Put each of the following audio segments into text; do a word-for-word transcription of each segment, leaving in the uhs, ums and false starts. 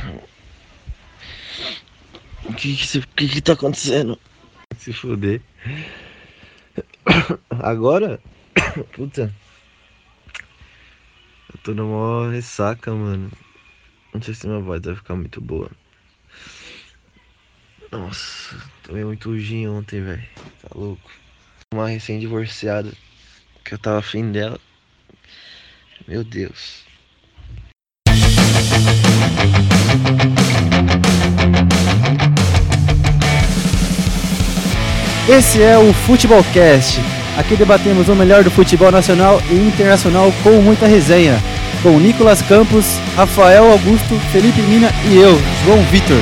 O que que, se- que que tá acontecendo? Se fuder. Agora? Puta. Eu tô na maior ressaca, mano. Não sei se minha voz vai ficar muito boa. Nossa, tomei muito gin ontem, velho. Tá louco. Uma recém-divorciada que eu tava afim dela. Meu Deus. Esse é o Futebolcast. Aqui debatemos o melhor do futebol nacional e internacional com muita resenha. Com Nicolas Campos, Rafael Augusto, Felipe Mina e eu, João Vitor.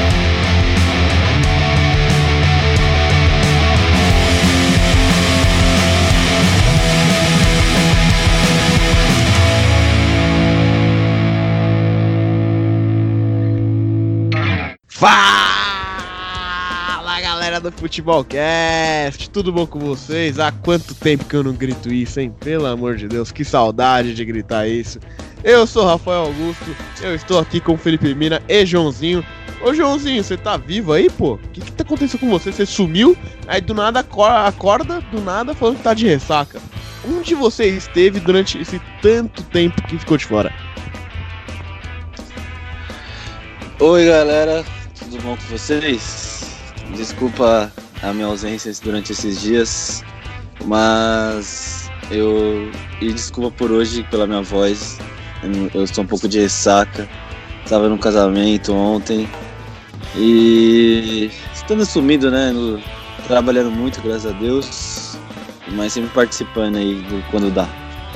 Fala, galera do Futebolcast, tudo bom com vocês? Há quanto tempo que eu não grito isso, hein? Pelo amor de Deus, que saudade de gritar isso. Eu sou Rafael Augusto, eu estou aqui com o Felipe Mina e Joãozinho. Ô Joãozinho, você tá vivo aí, pô? O que que tá acontecendo com você? Você sumiu, aí do nada acorda, do nada falando que tá de ressaca. Onde você esteve durante esse tanto tempo que ficou de fora? Oi galera, tudo bom com vocês? Desculpa a minha ausência durante esses dias, mas eu... E desculpa por hoje pela minha voz, eu, eu estou um pouco de ressaca, estava num casamento ontem e estando sumido, né, no... trabalhando muito, graças a Deus, mas sempre participando aí do... quando dá.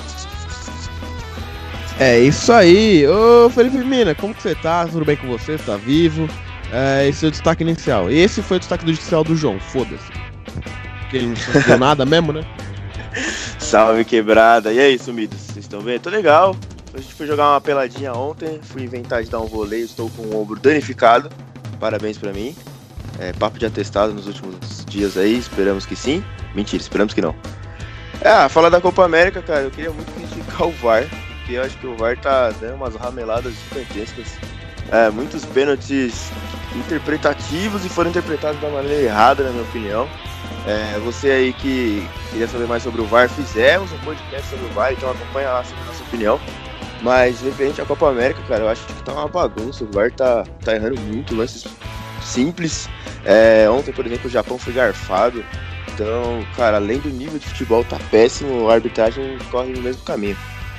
É isso aí, ô Felipe Mina, como que você tá? Tudo bem com você? Você tá vivo? É, esse é o destaque inicial. Esse foi o destaque do inicial do João, foda-se. Porque ele não deu nada mesmo, né? Salve, quebrada. E aí, sumidos? Vocês estão bem? Tô legal. A gente foi jogar uma peladinha ontem. Fui inventar de dar um voleio. Estou com o ombro danificado. Parabéns pra mim. É, papo de atestado nos últimos dias aí. Esperamos que sim. Mentira, esperamos que não. É, falar da Copa América, cara. Eu queria muito criticar o V A R. Porque eu acho que o V A R tá dando umas rameladas gigantescas. É, muitos pênaltis interpretativos e foram interpretados da maneira errada, na minha opinião. É, você aí que queria saber mais sobre o V A R, fizemos um podcast sobre o V A R, então acompanha lá sobre a nossa opinião. Mas referente à Copa América, cara, eu acho que tá uma bagunça. O V A R tá, tá errando muito, lances simples. É, ontem, por exemplo, o Japão foi garfado. Então, cara, além do nível de futebol tá péssimo, a arbitragem corre no mesmo caminho.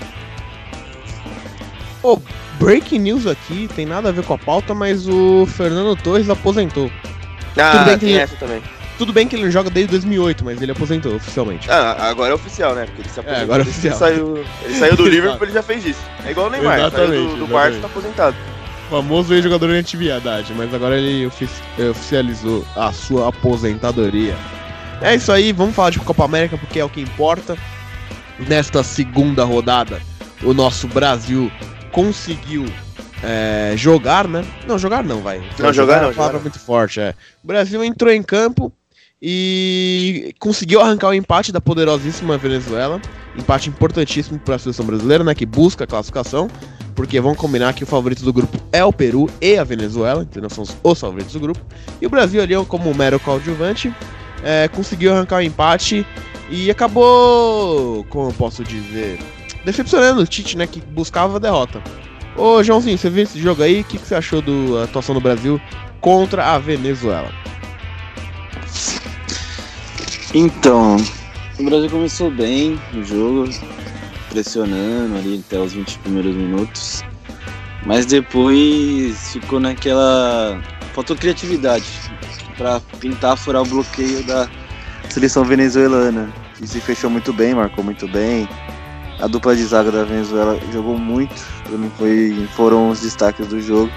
Ô, breaking news aqui, tem nada a ver com a pauta, mas o Fernando Torres aposentou. Ah, Tudo bem que tem ele- essa também. Tudo bem que ele não joga desde dois mil e oito, mas ele aposentou oficialmente. Ah, agora é oficial, né? Porque ele se aposentou. É, agora é desde que oficial. Ele saiu, ele saiu do Liverpool, ele já fez isso. É igual o Neymar, saiu Exatamente, do, do Barça e exatamente. tá aposentado. O famoso ex-jogador de antiguidade, mas agora ele ofici- oficializou a sua aposentadoria. É isso aí, vamos falar de Copa América porque é o que importa. Nesta segunda rodada, o nosso Brasil conseguiu é, jogar, né? Não, jogar não, vai. Não, jogar é não, uma palavra jogar não. muito forte, é. O Brasil entrou em campo e conseguiu arrancar o empate da poderosíssima Venezuela. Empate importantíssimo para a seleção brasileira, né? Que busca a classificação. Porque vamos combinar que o favorito do grupo é o Peru e a Venezuela. Então nós somos os favoritos do grupo. E o Brasil ali, como mero coadjuvante, é, conseguiu arrancar o empate e acabou, como eu posso dizer, decepcionando o Tite, né? Que buscava a derrota. Ô Joãozinho, você viu esse jogo aí? O que, que você achou da atuação do Brasil contra a Venezuela? Então, o Brasil começou bem no jogo, pressionando ali até os vinte primeiros minutos, mas depois ficou naquela... faltou criatividade para tentar furar o bloqueio da seleção venezuelana, que se fechou muito bem, marcou muito bem. A dupla de zaga da Venezuela jogou muito, para mim foi, foram os destaques do jogo.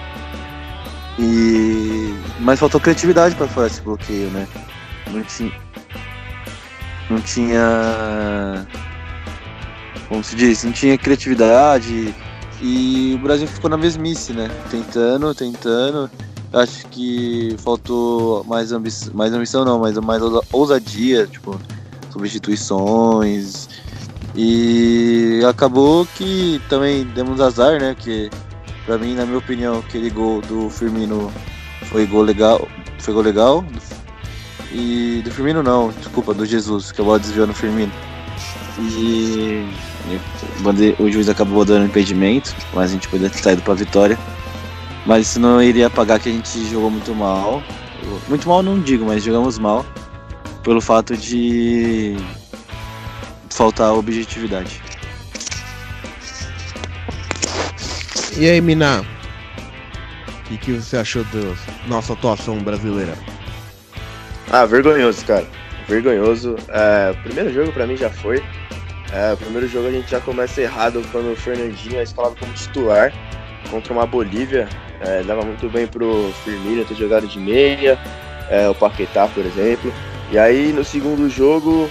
E... mas faltou criatividade para furar esse bloqueio, né? Não tinha... não tinha... como se diz? Não tinha criatividade e o Brasil ficou na mesmice, né? Tentando, tentando. Acho que faltou mais ambição, mais ambição não, mas mais ousadia, tipo, substituições. E acabou que também demos azar, né? Que Pra mim, na minha opinião, aquele gol do Firmino foi gol legal. Foi gol legal. E do Firmino não, desculpa, do Jesus, que a bola desviou no Firmino. E o juiz acabou dando impedimento, mas a gente poderia ter saído pra vitória. Mas isso não iria apagar que a gente jogou muito mal. Muito mal não digo, mas jogamos mal. Pelo fato de faltar objetividade. E aí, Mina? O que, que você achou da nossa atuação brasileira? Ah, vergonhoso, cara. Vergonhoso. É, o primeiro jogo pra mim já foi. É, o primeiro jogo a gente já começa errado quando o Fernandinho é escalado como titular contra uma Bolívia. É, dava muito bem pro Firmino ter jogado de meia, é, o Paquetá, por exemplo. E aí no segundo jogo,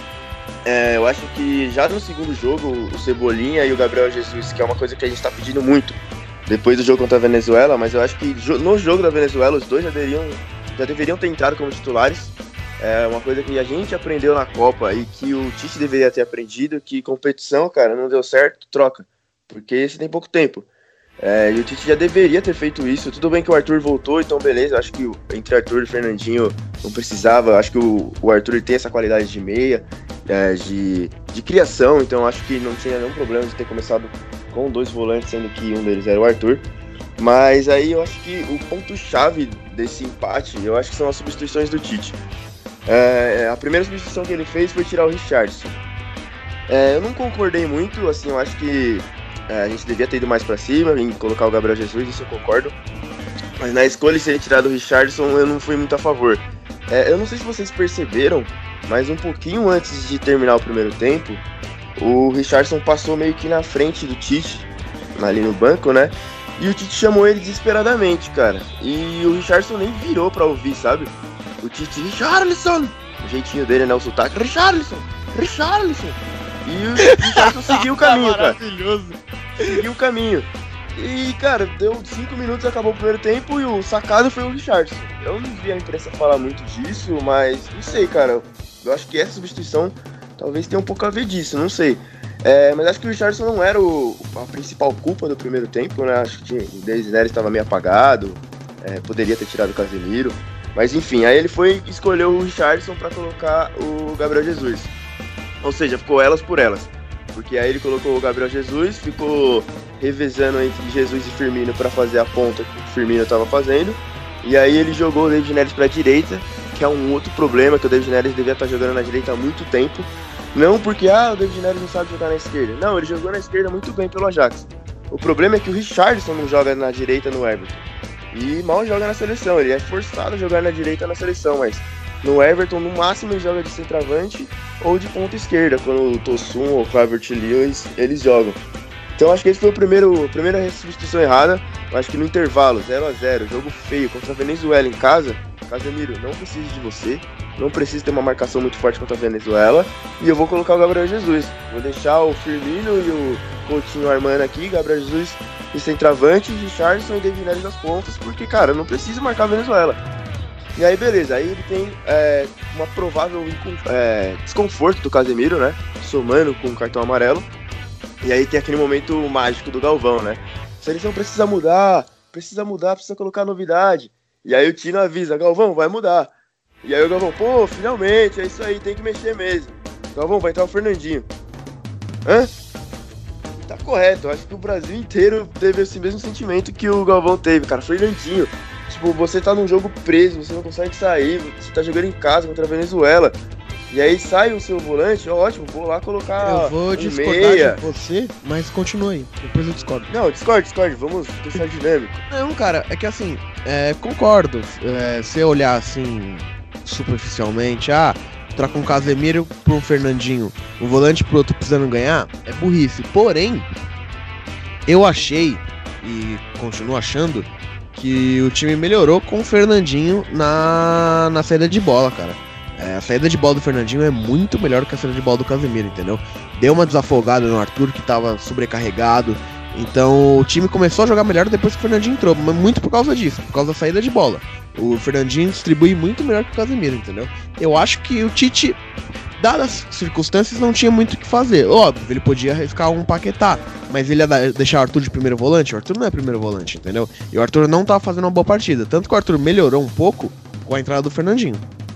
é, eu acho que já no segundo jogo, o Cebolinha e o Gabriel Jesus, que é uma coisa que a gente tá pedindo muito depois do jogo contra a Venezuela, mas eu acho que no jogo da Venezuela os dois já deveriam, já deveriam ter entrado como titulares. É uma coisa que a gente aprendeu na Copa e que o Tite deveria ter aprendido, que competição, cara, não deu certo, troca. Porque você tem pouco tempo. É, e o Tite já deveria ter feito isso. Tudo bem que o Arthur voltou, então beleza. Acho que entre Arthur e Fernandinho não precisava. Acho que o, o Arthur tem essa qualidade de meia, é, de, de criação. Então acho que não tinha nenhum problema de ter começado com dois volantes, sendo que um deles era o Arthur. Mas aí eu acho que o ponto-chave desse empate, eu acho que são as substituições do Tite. É, a primeira substituição que ele fez foi tirar o Richarlison. É, eu não concordei muito, assim, eu acho que é, a gente devia ter ido mais pra cima, em colocar o Gabriel Jesus, isso eu concordo. Mas na escolha de ser tirado o Richarlison, eu não fui muito a favor. É, eu não sei se vocês perceberam, mas um pouquinho antes de terminar o primeiro tempo, o Richarlison passou meio que na frente do Tite, ali no banco, né? E o Tite chamou ele desesperadamente, cara. E o Richarlison nem virou pra ouvir, sabe? O Tite, Richarlison! O jeitinho dele, né? O sotaque, Richarlison! Richarlison! E o Richarlison seguiu o caminho, cara. Maravilhoso! Seguiu o caminho. E, cara, deu cinco minutos, acabou o primeiro tempo e o sacado foi o Richarlison. Eu não vi a imprensa falar muito disso, mas não sei, cara. Eu acho que essa substituição talvez tenha um pouco a ver disso, não sei. É, mas acho que o Richarlison não era o, a principal culpa do primeiro tempo, né? Acho que tinha, o Denis Neres estava meio apagado, é, poderia ter tirado o Casemiro. Mas enfim, aí ele foi e escolheu o Richarlison para colocar o Gabriel Jesus. Ou seja, ficou elas por elas. Porque aí ele colocou o Gabriel Jesus, ficou revezando entre Jesus e Firmino para fazer a ponta que o Firmino estava fazendo. E aí ele jogou o David Neres para a direita, que é um outro problema, que o David Neres devia estar jogando na direita há muito tempo. Não porque ah, o David Neres não sabe jogar na esquerda. Não, ele jogou na esquerda muito bem pelo Ajax. O problema é que o Richarlison não joga na direita no Everton. E mal joga na seleção, ele é forçado a jogar na direita na seleção, mas no Everton, no máximo, ele joga de centroavante ou de ponta esquerda, quando o Tosun ou o Calvert-Lewin eles jogam. Então acho que esse foi o primeiro, a primeira substituição errada. Eu acho que no intervalo, zero a zero, jogo feio contra a Venezuela em casa, Casemiro, não preciso de você, não preciso ter uma marcação muito forte contra a Venezuela, e eu vou colocar o Gabriel Jesus. Vou deixar o Firmino e o Coutinho armando aqui, Gabriel Jesus de centroavante, Richarlison e David Neres nas pontas, porque, cara, eu não preciso marcar a Venezuela. E aí, beleza, aí ele tem é, uma provável é, desconforto do Casemiro, né, somando com o cartão amarelo, e aí tem aquele momento mágico do Galvão, né, a seleção precisa mudar, precisa mudar, precisa colocar novidade, e aí o Tino avisa, Galvão, vai mudar, e aí o Galvão, pô, finalmente, é isso aí, tem que mexer mesmo, Galvão, vai entrar o Fernandinho, hã? Tá correto, eu acho que o Brasil inteiro teve esse mesmo sentimento que o Galvão teve, cara, Fernandinho. Tipo, você tá num jogo preso, você não consegue sair, você tá jogando em casa contra a Venezuela, e aí sai o seu volante, ótimo, vou lá colocar Eu vou um discordar meia. de você, mas continua aí, depois eu discordo. Não, discorde, discorde, vamos deixar dinâmico. Não, cara, é que assim, é, concordo, é, se eu olhar assim, superficialmente, ah, troca um Casemiro por um Fernandinho, um volante pro outro precisando ganhar, é burrice. Porém, eu achei, e continuo achando, que o time melhorou com o Fernandinho na, na saída de bola, cara. É, a saída de bola do Fernandinho é muito melhor que a saída de bola do Casemiro, entendeu? Deu uma desafogada no Arthur, que tava sobrecarregado. Então o time começou a jogar melhor depois que o Fernandinho entrou, mas muito por causa disso, por causa da saída de bola. O Fernandinho distribui muito melhor que o Casemiro, entendeu? Eu acho que o Tite dadas as circunstâncias, não tinha muito o que fazer. Óbvio, ele podia arriscar um Paquetá, mas ele ia dar, deixar o Arthur de primeiro volante. O Arthur não é primeiro volante, entendeu? E o Arthur não tava fazendo uma boa partida. Tanto que o Arthur melhorou um pouco com a entrada do Fernandinho.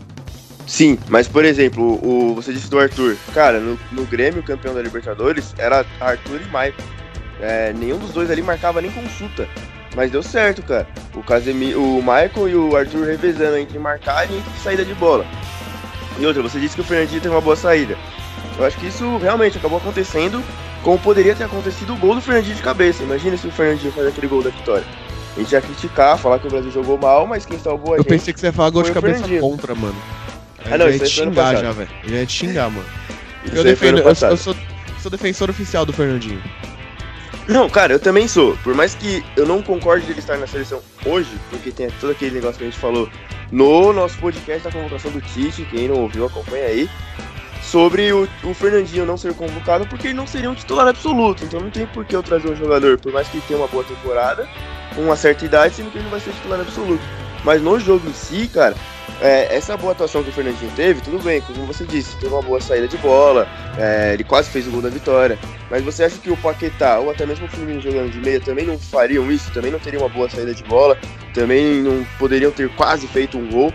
Sim, mas por exemplo, o, você disse do Arthur. Cara, no, no Grêmio, campeão da Libertadores, era Arthur e Maicon. É, nenhum dos dois ali marcava nem consulta. Mas deu certo, cara. O, Casemi, o Maicon e o Arthur revezando entre marcar e entre saída de bola. E outra, você disse que o Fernandinho teve uma boa saída. Eu acho que isso realmente acabou acontecendo, como poderia ter acontecido o gol do Fernandinho de cabeça. Imagina se o Fernandinho faz aquele gol da vitória. A gente ia criticar, falar que o Brasil jogou mal, mas quem salvou a Eu gente... pensei que você ia falar gol de foi o cabeça Fernandinho. contra, mano. Ah, não, eu ia isso aí te foi ano xingar passado. já, velho. Eu ia te xingar, mano. Isso Eu, aí foi ano defendo, eu, passado. eu sou, sou defensor oficial do Fernandinho. Não, cara, eu também sou. Por mais que eu não concorde de ele estar na seleção hoje, porque tem todo aquele negócio que a gente falou no nosso podcast da convocação do Tite, quem não ouviu, acompanha aí, sobre o, o Fernandinho não ser convocado, porque ele não seria um titular absoluto. Então não tem por que eu trazer um jogador, por mais que ele tenha uma boa temporada, com uma certa idade, sendo que ele não vai ser titular absoluto. Mas no jogo em si, cara, é, essa boa atuação que o Fernandinho teve, tudo bem, como você disse, teve uma boa saída de bola, é, ele quase fez o gol da vitória. Mas você acha que o Paquetá, ou até mesmo o Firmino jogando de meia, também não fariam isso? Também não teriam uma boa saída de bola? Também não poderiam ter quase feito um gol?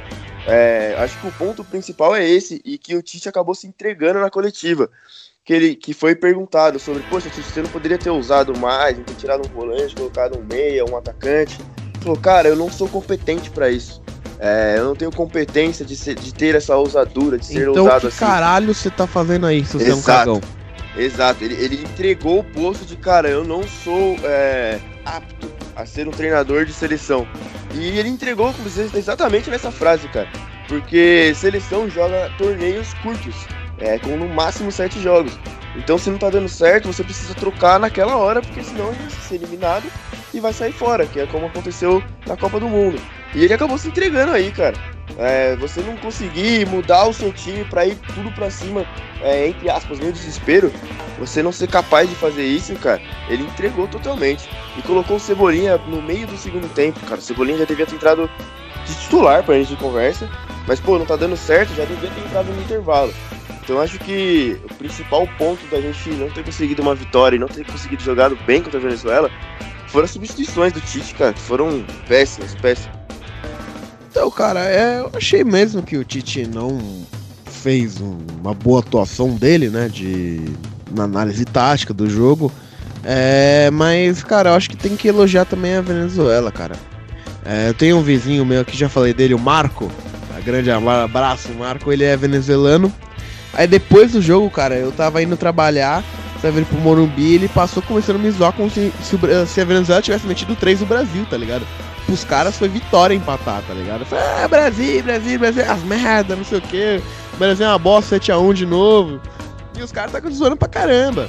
É, acho que o ponto principal é esse, e que o Tite acabou se entregando na coletiva. Que, ele, que foi perguntado sobre, poxa, Tite, você não poderia ter usado mais, ter tirado um volante, colocado um meia, um atacante? Ele falou, cara, eu não sou competente pra isso. É, eu não tenho competência de, ser, de ter essa ousadura, de ser Então ousado que assim. caralho você tá fazendo aí, se você é um Exato. cagão? Exato, ele, ele entregou o posto de, cara, eu não sou é, apto a ser um treinador de seleção. E ele entregou exatamente nessa frase, cara. Porque seleção joga torneios curtos, é, com no máximo sete jogos. Então se não tá dando certo, você precisa trocar naquela hora, porque senão ele vai ser eliminado e vai sair fora, que é como aconteceu na Copa do Mundo. E ele acabou se entregando aí, cara. É, você não conseguir mudar o seu time pra ir tudo pra cima, é, entre aspas, meio desespero, você não ser capaz de fazer isso, cara, ele entregou totalmente. E colocou o Cebolinha no meio do segundo tempo, cara. O Cebolinha já devia ter entrado de titular pra gente de conversa, mas, pô, não tá dando certo, já devia ter entrado no intervalo. Então acho que o principal ponto da gente não ter conseguido uma vitória e não ter conseguido jogar bem contra a Venezuela foram as substituições do Tite, cara, que foram péssimas, péssimas. Então, cara, é, eu achei mesmo que o Tite não fez um, uma boa atuação dele, né, de, na análise tática do jogo, é, mas, cara, eu acho que tem que elogiar também a Venezuela, cara. É, eu tenho um vizinho meu aqui, já falei dele, o Marco, a grande abraço, o Marco, ele é venezuelano. Aí depois do jogo, cara, eu tava indo trabalhar, tava indo pro Morumbi, ele passou começando a me zoar como se, se, o, se a Venezuela tivesse metido três no Brasil, tá ligado? Pros caras foi vitória empatar, tá ligado? Eu falei, ah, Brasil, Brasil, Brasil, as merda, não sei o que. O Brasil é uma bosta, sete a um de novo. E os caras tá zoando pra caramba.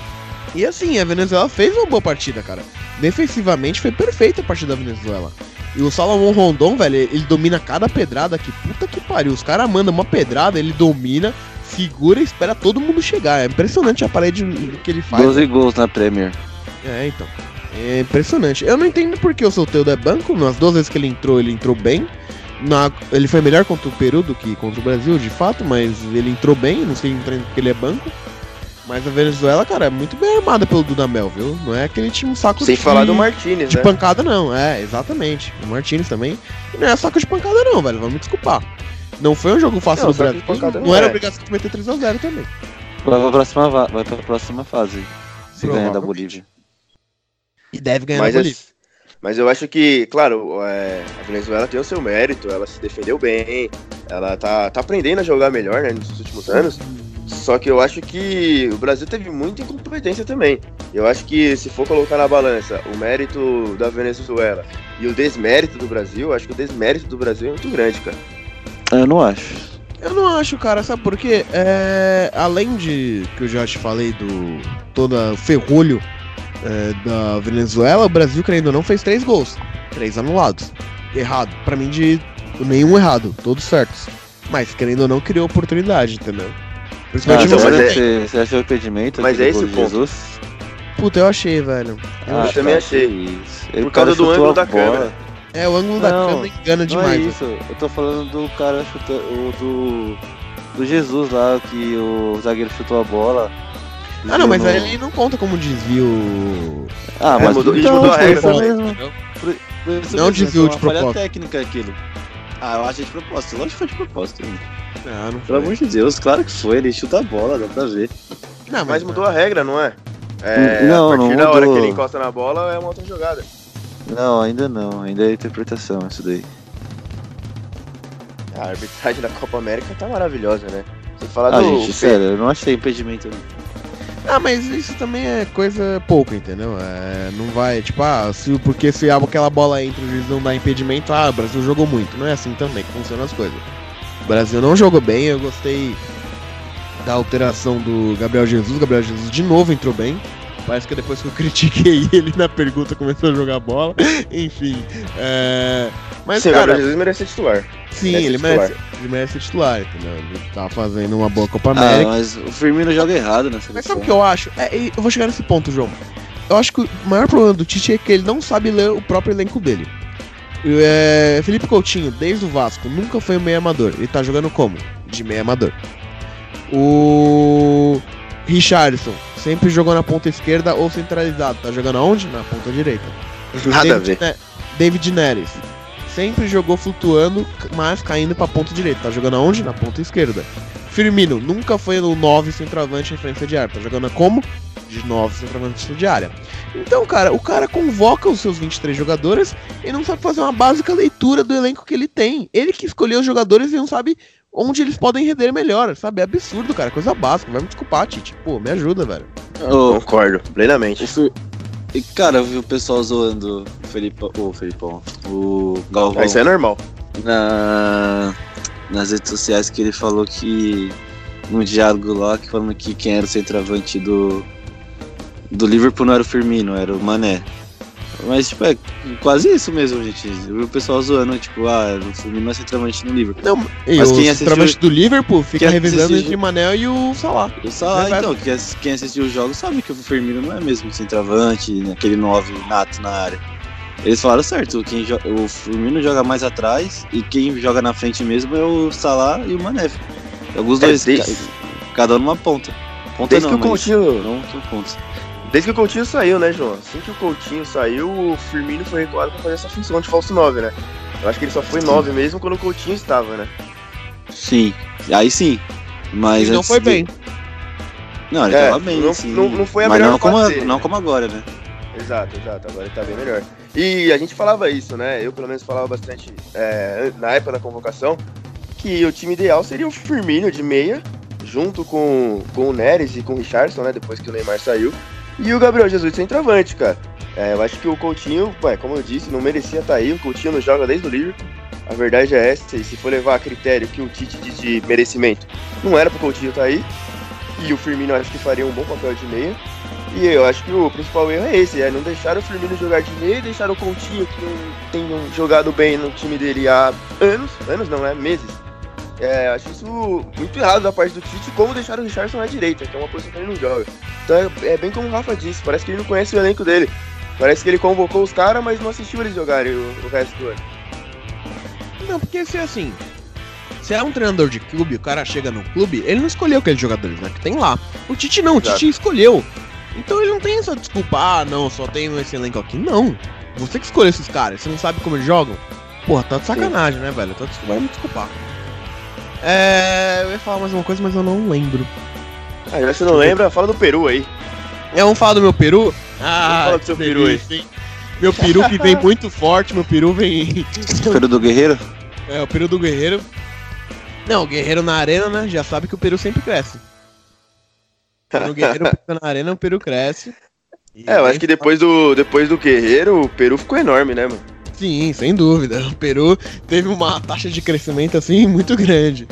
E assim, a Venezuela fez uma boa partida, cara. Defensivamente foi perfeita a partida da Venezuela. E o Salomão Rondon, velho, ele domina cada pedrada que puta que pariu. Os caras mandam uma pedrada, ele domina, segura e espera todo mundo chegar. É impressionante a parede que ele faz. doze gols na Premier. É, então. É impressionante. Eu não entendo porque o Soteldo é banco. Nas duas vezes que ele entrou, ele entrou bem. Na, ele foi melhor contra o Peru do que contra o Brasil, de fato, mas ele entrou bem. Não sei porque ele é banco. Mas a Venezuela, cara, é muito bem armada pelo Dudamel, viu? Não é aquele time um saco Sem de... falar do Martínez, de né? pancada, não. É, exatamente. O Martínez também. E não é saco de pancada, não, velho. Vamos me desculpar. Não foi um jogo fácil Não, do saco de Brasil. pancada Não, não era é. obrigação de meter três a zero também. Vai pra próxima, va- vai pra próxima fase. Se ganhar da Bolívia. E deve ganhar Mas, na é- Bolívia. mas eu acho que, claro, é, a Venezuela tem o seu mérito, ela se defendeu bem, ela tá, tá aprendendo a jogar melhor, né, nos últimos anos. Só que eu acho que o Brasil teve muita incompetência também. Eu acho que se for colocar na balança o mérito da Venezuela e o desmérito do Brasil, eu acho que o desmérito do Brasil é muito grande, cara. Eu não acho. Eu não acho, cara, sabe por quê? É, além de que eu já te falei do todo o ferrolho é, da Venezuela, o Brasil, querendo ou não, fez três gols. Três anulados. Errado. Pra mim, de nenhum errado. Todos certos. Mas, querendo ou não, criou oportunidade, entendeu? Ah, Principalmente então, no mas segundo é- tempo. você, você achou o impedimento? Mas aquele é esse gol o de ponto. Jesus? Puta, eu achei, velho. Eu Ah, achei. também cara, achei. que isso. Ele- Por o causa cara do chutou ângulo a da bola. câmera. É, o ângulo da Não, câmera engana Não demais. é velho. isso, eu tô falando do cara chuta, o do do Jesus lá, que o zagueiro chutou a bola. Ah, não, mas no... aí ele não conta como desvio. Ah, É, mas mudou- então, mudou a foi regra isso também. mesmo. Foi- foi isso Não mesmo, desvio foi uma de falha propósito. técnica aquilo. Ah, eu acho de propósito. Lógico que foi de propósito. Mano. Não, não Pelo foi. amor de Deus, claro que foi. Ele chuta a bola, dá pra ver. Não, Mas mudou a regra, não é? É, Não, a partir não da hora que mudou. ele encosta na bola é uma outra jogada. Não, ainda não. Ainda é interpretação isso daí. A arbitragem da Copa América tá maravilhosa, né? Você fala Ah, do... gente, sério, eu não achei impedimento não. Ah, mas isso também é coisa pouca, entendeu? É, não vai, tipo, ah, se, porque se aquela bola entra e o juiz não dá impedimento, ah, o Brasil jogou muito. Não é assim também que funcionam as coisas. O Brasil não jogou bem, eu gostei da alteração do Gabriel Jesus. O Gabriel Jesus de novo entrou bem. Parece que depois que eu critiquei ele na pergunta começou a jogar bola. Enfim, é... Mas, Sim, o cara, Gabriel Jesus merece ser titular. sim, merece ele ser merece, ele merece ser titular, entendeu? Ele tá fazendo uma boa Copa Ah, América. mas o Firmino joga errado nessa Mas sabe o que eu acho? É, e eu vou chegar nesse ponto, João. Eu acho que o maior problema do Tite é que ele não sabe ler o próprio elenco dele. É, Felipe Coutinho, desde o Vasco, nunca foi um meio amador. Ele tá jogando como? De meio amador. O Richarlison sempre jogou na ponta esquerda ou centralizado. Tá jogando aonde? Na ponta direita. Nada a David, ver. Ne- David Neres sempre jogou flutuando, mas caindo pra ponta direita. Tá jogando aonde? Na ponta esquerda. Firmino nunca foi no nove centroavante em frente de área. Tá jogando como? De nove centroavante de área. Então, cara, o cara convoca os seus vinte e três jogadores e não sabe fazer uma básica leitura do elenco que ele tem. Ele que escolheu os jogadores e não sabe onde eles podem render melhor, sabe? É absurdo, cara. Coisa básica. Vai me desculpar, Tite. Pô, me ajuda, velho. Ô, Concordo, plenamente. o Fir- E, cara, eu vi o pessoal zoando o Felipão, o Felipão, o Galvão Mas isso é normal. na, nas redes sociais, que ele falou que num diálogo lá, que falando que quem era o centroavante do, do Liverpool não era o Firmino, era o Mané. Mas, tipo, é quase isso mesmo, gente. Eu vi o pessoal zoando, tipo, ah, o Firmino é centroavante no Liverpool. Não, e Mas o quem assistiu- centroavante do Liverpool fica quem revisando assistiu- entre o Mané e o Salah. O Salah, Verdade. então, quem ass- quem assistiu os jogos sabe que o Firmino não é mesmo centroavante, aquele nove nato na área. Eles falaram certo, quem jo- o Firmino joga mais atrás e quem joga na frente mesmo é o Salah e o Mané. Alguns É, dois, desde- ca- cada um numa ponta. Ponta Desde não, que o mas Coutinho... não que pontos. Desde que o Coutinho saiu, né, João? Assim que o Coutinho saiu, o Firmino foi recuado pra fazer essa função de falso nove, né? Eu acho que ele só foi Sim. nove mesmo quando o Coutinho estava, né? Sim, aí sim. Mas Ele não antes foi de- bem. Não, ele É, tava bem, não- sim. não- não foi a mas melhor não como, fase a- dele, não né? como agora, né? Exato, exato. Agora ele tá bem melhor. E a gente falava isso, né? Eu, pelo menos, falava bastante é, na época da convocação que o time ideal seria o Firmino de meia, junto com, com o Neres e com o Richarlison, né? Depois que o Neymar saiu. E o Gabriel Jesus de centroavante, cara. É, eu acho que o Coutinho, ué, como eu disse, não merecia estar aí. O Coutinho não joga desde o Liverpool. A verdade é essa. E se for levar a critério que o Tite diz de merecimento, não era pro Coutinho estar aí. E o Firmino eu acho que faria um bom papel de meia. E eu acho que o principal erro é esse, é não deixar o Firmino jogar de meia e deixar o Coutinho, que não tem jogado bem no time dele há anos, anos não, é meses. É, acho isso muito errado da parte do Tite, como deixar o Richarlison na direita, que é uma posição que ele não joga. Então é, é bem como o Rafa disse, parece que ele não conhece o elenco dele. Parece que ele convocou os caras, mas não assistiu eles jogarem o, o resto do ano. Não, porque se é assim, se é um treinador de clube, o cara chega no clube, ele não escolheu aqueles jogadores, né, que tem lá. O Tite não, o Exato. Tite escolheu. Então ele não tem essa desculpa, ah, não, só tenho esse elenco aqui. Não, você que escolheu esses caras, você não sabe como eles jogam? Porra, tá de sacanagem, né, velho? Tá de... Vai me desculpar. É... Eu ia falar mais uma coisa, mas eu não lembro. Ah, já você não lembra, fala do Peru aí. É, vamos falar do meu peru? Ah, falar do seu que peru aí. delícia, hein? Meu peru que vem muito forte, meu peru vem... Peru do Guerreiro? É, o peru do guerreiro. Não, o guerreiro na arena, né? Já sabe que o peru sempre cresce. Quando o guerreiro fica na arena, o peru cresce. E É, eu acho que depois do, depois do Guerreiro, o Peru ficou enorme, né, mano? Sim, sem dúvida. O peru teve uma taxa de crescimento, assim, muito grande.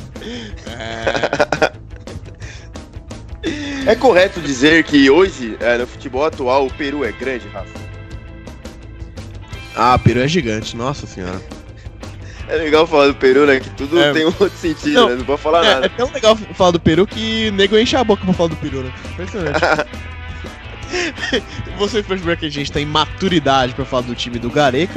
É... É correto dizer que hoje, é, no futebol atual, o Peru é grande, Rafa? Ah, o peru é gigante, nossa senhora. É legal falar do Peru, né? Que tudo É. tem um outro sentido, Não, né? Não pode falar É, é nada. tão legal falar do peru que o nego enche a boca pra falar do peru, né? Impressionante. Você percebeu que a gente tem maturidade pra falar do time do Gareca,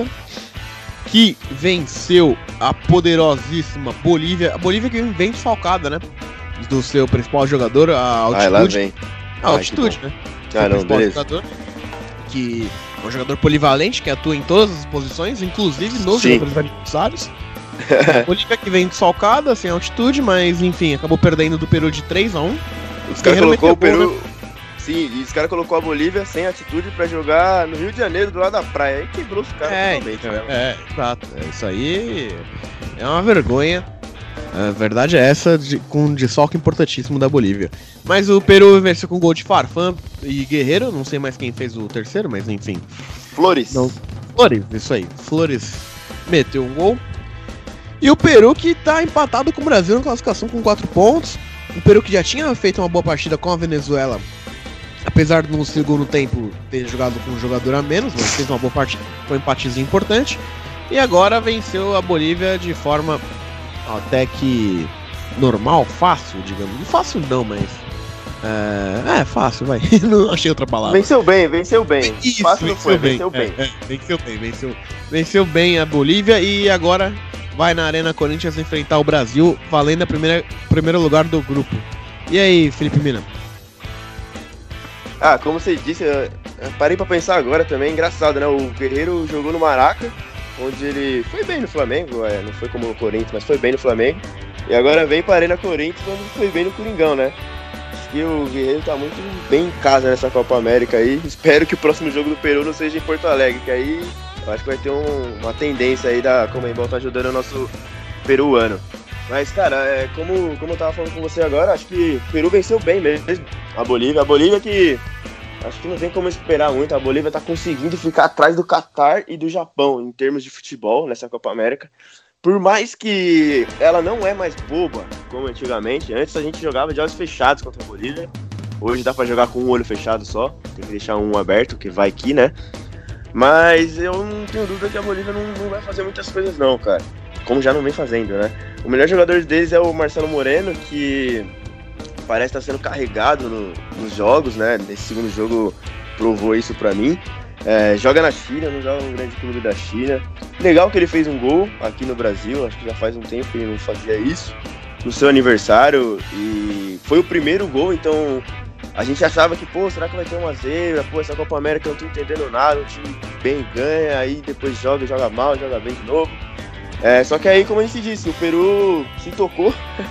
que venceu a poderosíssima Bolívia. A Bolívia que vem desfalcada, né? do seu principal jogador, a altitude. Ah, lá vem. A altitude, né? Ah, Seu não, principal beleza. jogador, que é um jogador polivalente, que atua em todas as posições, inclusive nos Sim. jogadores adversários. Bolívia que vem desfalcada, sem altitude, mas enfim, acabou perdendo do Peru de três a um. Os caras Guerreiro colocou o meteu gol, Peru. Sim, e os caras colocou a Bolívia sem atitude pra jogar no Rio de Janeiro, do lado da praia. Aí quebrou os caras É, totalmente. então, né? é, exato. É, isso aí é uma vergonha. A verdade é essa, de, com um desfalque importantíssimo da Bolívia. Mas o Peru venceu com gol de Farfán e Guerreiro, não sei mais quem fez o terceiro, mas enfim. Flores. Não. Flores, isso aí. Flores meteu um gol. E o Peru que tá empatado com o Brasil na classificação com quatro pontos. O Peru que já tinha feito uma boa partida com a Venezuela, apesar de no segundo tempo ter jogado com um jogador a menos, mas fez uma boa partida, foi um empatezinho importante. E agora venceu a Bolívia de forma até que normal, fácil, digamos. Fácil não, mas... É, é fácil, vai. Não achei outra palavra. Venceu bem, venceu bem. Isso, Fácil não venceu foi, bem. venceu bem. É, é, venceu bem, venceu, venceu bem a Bolívia e agora vai na Arena Corinthians enfrentar o Brasil, valendo a primeira primeiro lugar do grupo. E aí, Felipe Mina? Ah, como você disse, eu eu parei pra pensar agora também, engraçado, né? O Guerreiro jogou no Maraca, onde ele foi bem no Flamengo, é, não foi como o Corinthians, mas foi bem no Flamengo. E agora vem pra Arena Corinthians, onde foi bem no Coringão, né? Acho que o Guerreiro tá muito bem em casa nessa Copa América aí. Espero que o próximo jogo do Peru não seja em Porto Alegre, que aí eu acho que vai ter um- uma tendência aí da Conmebol tá ajudando o nosso peruano. Mas, cara, é, como, como eu tava falando com você agora, acho que o Peru venceu bem mesmo a Bolívia. A Bolívia que acho que não tem como esperar muito. A Bolívia tá conseguindo ficar atrás do Catar e do Japão em termos de futebol nessa Copa América. Por mais que ela não é mais boba como antigamente, antes a gente jogava de olhos fechados contra a Bolívia. Hoje dá pra jogar com um olho fechado só, tem que deixar um aberto, que vai que, né? Mas eu não tenho dúvida que a Bolívia não, não vai fazer muitas coisas não, cara. Como já não vem fazendo, né? O melhor jogador deles é o Marcelo Moreno, que parece estar sendo carregado no- nos jogos, né? Nesse segundo jogo provou isso pra mim. É, joga na China, não joga no grande clube da China. Legal que ele fez um gol aqui no Brasil, acho que já faz um tempo que ele não fazia isso, no seu aniversário, e foi o primeiro gol, então a gente achava que, pô, será que vai ter uma zebra? Pô, essa Copa América eu não tô entendendo nada, o time bem ganha, aí depois joga, joga mal, joga bem de novo. É, só que aí, como a gente disse, o Peru se tocou,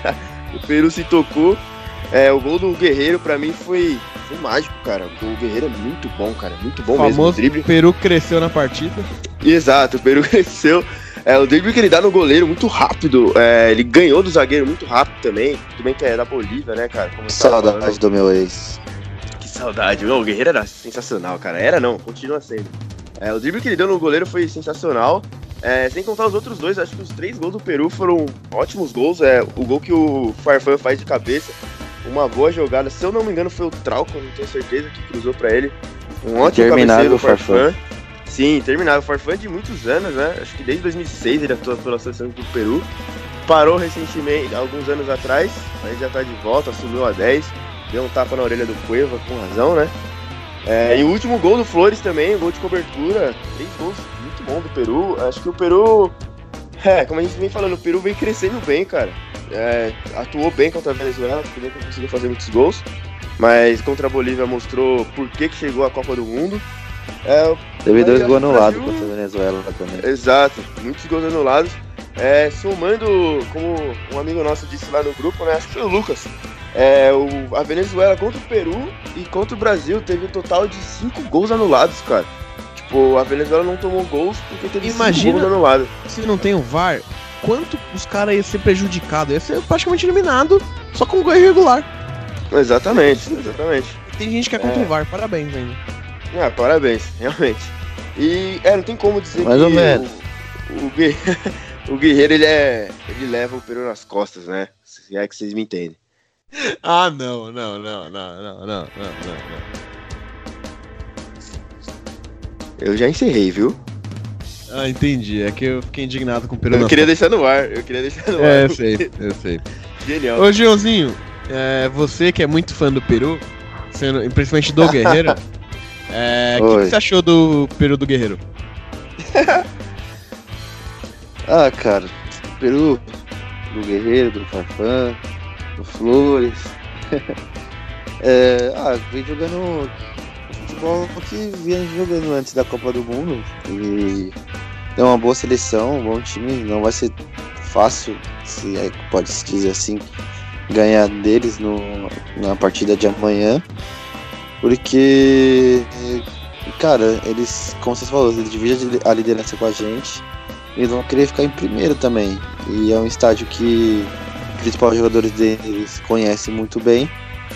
o Peru se tocou. É, o gol do Guerreiro pra mim foi, foi mágico, cara. O Guerreiro é muito bom, cara, muito bom O mesmo. O famoso drible. Peru cresceu na partida. Exato, o Peru cresceu. É, o drible que ele dá no goleiro muito rápido. É, ele ganhou do zagueiro muito rápido também. Tudo bem que é da Bolívia, né, cara? Como eu tava Saudade falando. do meu ex. Que saudade. Não, o Guerreiro era sensacional, cara. Era não, continua sendo. É, o drible que ele deu no goleiro foi sensacional. É, sem contar os outros dois, acho que os três gols do Peru foram ótimos gols. É, o gol que o Farfán faz de cabeça, uma boa jogada. Se eu não me engano, foi o Trauco, não tenho certeza, que cruzou pra ele. Um ótimo cabeceio do Farfán. Sim, terminado. O Farfán é de muitos anos, né? Acho que desde dois mil e seis ele atua pela seleção do Peru. Parou recentemente, alguns anos atrás, aí já tá de volta, assumiu a dez. Deu um tapa na orelha do Cueva, com razão, né? É, e o último gol do Flores também, gol de cobertura. Três gols muito bom do Peru. Acho que o Peru, é, como a gente vem falando, o Peru vem crescendo bem, cara. É, atuou bem contra a Venezuela, tudo bem que não conseguiu fazer muitos gols, mas contra a Bolívia mostrou por que, que chegou à Copa do Mundo. É, Teve mas dois acho gols que o anulados Brasil- contra a Venezuela também. Exato, muitos gols anulados. É, somando, como um amigo nosso disse lá no grupo, né? Acho que foi o Lucas. É, o, a Venezuela contra o Peru e contra o Brasil teve um total de cinco gols anulados, cara. Tipo, a Venezuela não tomou gols porque teve Imagina- cinco gols anulados. Se não tem o V A R, quanto os caras iam ser prejudicados? Ia ser praticamente eliminado só com gol irregular. Exatamente, exatamente. Tem gente que é contra É. o V A R, parabéns ainda. Ah, parabéns, realmente. E, é, não tem como dizer Mais que ou menos. O, o, Guerreiro, o Guerreiro, ele é. Ele leva o Peru nas costas, né? Se é que vocês me entendem. Ah, não, não, não, não, não, não, não, não. Eu já encerrei, viu? Ah, entendi. É que eu fiquei indignado com o Peru. Eu na queria deixar no ar, eu queria deixar no É, ar. eu sei, eu sei. Genial. Ô, Gionzinho, é, você que é muito fã do Peru, sendo, principalmente do Guerreiro, é, o que, Oi. que você achou do Peru do Guerreiro? Ah, cara, Peru, do Guerreiro, do Farfán. o Flores. é, ah, vem jogando futebol que vinha jogando antes da Copa do Mundo. E é uma boa seleção, um bom time. Não vai ser fácil, se é, pode se dizer assim, ganhar deles no, na partida de amanhã. Porque, cara, eles, como vocês falaram, eles dividem a liderança com a gente. Eles vão querer ficar em primeiro também. E é um estádio que os principais jogadores deles conhecem muito bem.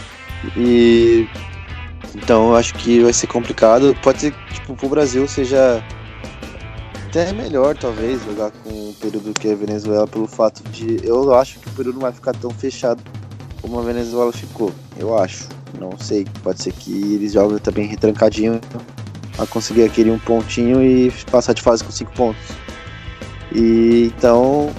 E então eu acho que vai ser complicado. Pode ser que tipo, pro Brasil seja até melhor, talvez, jogar com o Peru do que a Venezuela, pelo fato de. Eu acho que o Peru não vai ficar tão fechado como a Venezuela ficou. Eu acho. Não sei. Pode ser que eles joguem também retrancadinho a conseguir aquele um pontinho e passar de fase com cinco pontos. E então.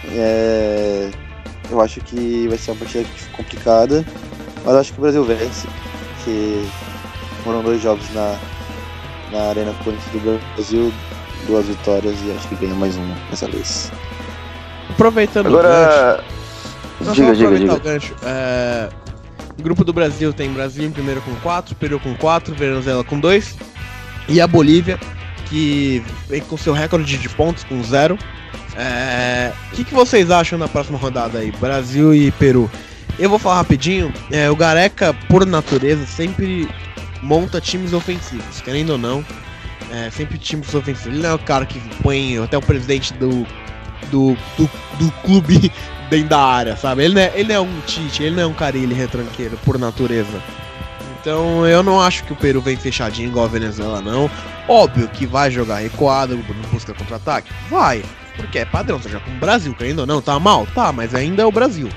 É, eu acho que vai ser uma partida complicada. Mas eu acho que o Brasil vence. Porque foram dois jogos na, na Arena Corinthians do Brasil. Duas vitórias e acho que ganha mais uma dessa vez. Aproveitando Agora... o gancho. Diga, diga, diga. O gancho. É... O grupo do Brasil tem Brasil em primeiro com quatro, Peru com quatro, Venezuela com dois. E a Bolívia, que vem com seu recorde de pontos com zero. É... O que, que vocês acham na próxima rodada aí? Brasil e Peru. Eu vou falar rapidinho. É, o Gareca, por natureza, sempre monta times ofensivos, querendo ou não. É, sempre times ofensivos. Ele não é o cara que põe até o presidente do, do, do, do clube dentro da área, sabe? Ele não, é, ele não é um Tite, ele não é um Carille retranqueiro, por natureza. Então eu não acho que o Peru vem fechadinho igual a Venezuela, não. Óbvio que vai jogar recuado, não busca contra-ataque? Vai, porque é padrão, seja como o Brasil, querendo ou não, tá mal? Tá, mas ainda é o Brasil.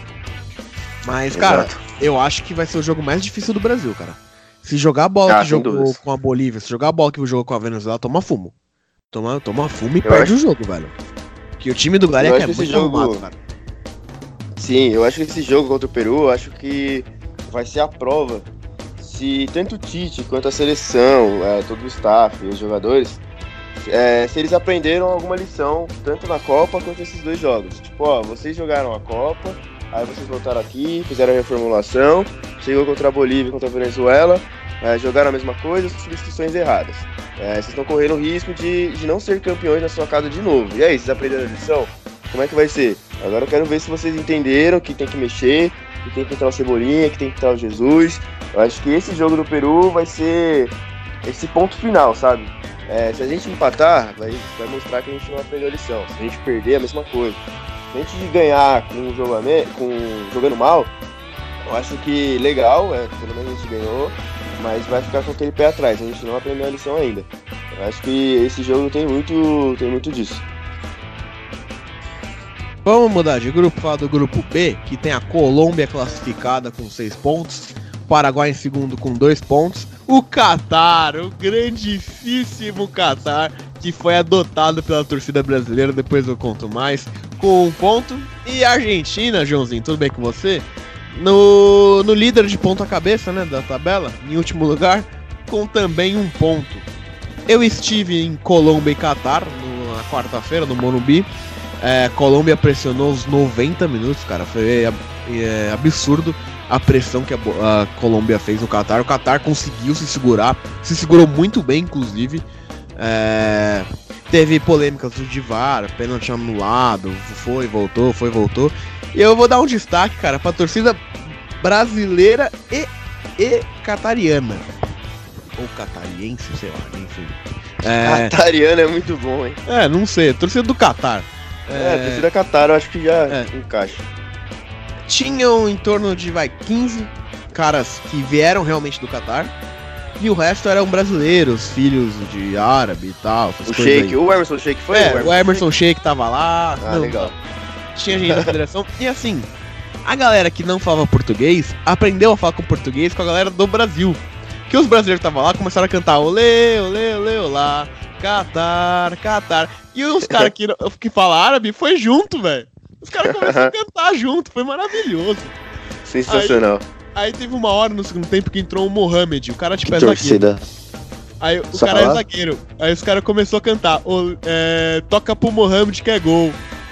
Mas, cara, Exato. eu acho que vai ser o jogo mais difícil do Brasil, cara. Se jogar a bola ah, que jogou dúvidas. com a Bolívia, se jogar a bola que jogou com a Venezuela, toma fumo. Toma, toma fumo e eu perde acho... o jogo, velho. Porque o time do Gareca é muito jogo... arrumado, cara. Sim, eu acho que esse jogo contra o Peru, eu acho que vai ser a prova se tanto o Tite quanto a seleção, é, todo o staff e os jogadores, é, se eles aprenderam alguma lição, tanto na Copa quanto nesses dois jogos. Tipo, ó, vocês jogaram a Copa, aí vocês voltaram aqui, fizeram a reformulação, chegou contra a Bolívia, contra a Venezuela, é, jogaram a mesma coisa, substituições erradas. É, vocês estão correndo o risco de, de não ser campeões na sua casa de novo. E aí, vocês aprenderam a lição? Como é que vai ser? Agora eu quero ver se vocês entenderam que tem que mexer, que tem que entrar o Cebolinha, que tem que entrar o Jesus. Eu acho que esse jogo do Peru vai ser esse ponto final, sabe? É, se a gente empatar, vai, vai mostrar que a gente não aprendeu a lição. Se a gente perder, a mesma coisa. Se a gente ganhar com, jogo, com jogando mal, eu acho que legal, é, pelo menos a gente ganhou, mas vai ficar com aquele pé atrás. A gente não aprendeu a lição ainda. Eu acho que esse jogo tem muito, tem muito disso. Vamos mudar de grupo, falar do grupo B, que tem a Colômbia classificada com seis pontos, o Paraguai em segundo com dois pontos, o Catar, o grandíssimo Catar, que foi adotado pela torcida brasileira, depois eu conto mais, com um ponto, e a Argentina, Joãozinho, tudo bem com você? No, no líder de ponta cabeça, né, da tabela, em último lugar, com também um ponto. Eu estive em Colômbia e Catar, no, na quarta-feira, no Morumbi. É, Colômbia pressionou os noventa minutos, cara, foi é, absurdo a pressão que a, a Colômbia fez no Catar. O Catar conseguiu se segurar, se segurou muito bem, inclusive. É, teve polêmicas do D V A R, pênalti anulado, foi, voltou, foi, voltou. E eu vou dar um destaque, cara, pra torcida brasileira e, e catariana. Ou catariense, sei lá, enfim. É, catariana é muito bom, hein? É, não sei, torcida do Catar. É, a torcida Catar eu acho que já é. encaixa. Tinham em torno de, vai, quinze caras que vieram realmente do Catar. E o resto eram brasileiros, filhos de árabe e tal. O Sheik, o Emerson Sheik foi? É, o Emerson Sheik tava lá. Ah, não, legal. Tinha gente da federação. E assim, a galera que não falava português aprendeu a falar com português com a galera do Brasil. Que os brasileiros estavam lá, começaram a cantar olê, olê, olê, olá, Catar, Catar. E os caras que, que falam árabe foi junto, velho. Os caras começaram a cantar junto, foi maravilhoso. Sensacional. Aí, aí teve uma hora no segundo tempo que entrou o Mohamed, o cara tipo é zagueiro. Aí o Só cara falar? é zagueiro. Aí os caras começaram a cantar, o, é, toca pro Mohamed que é gol.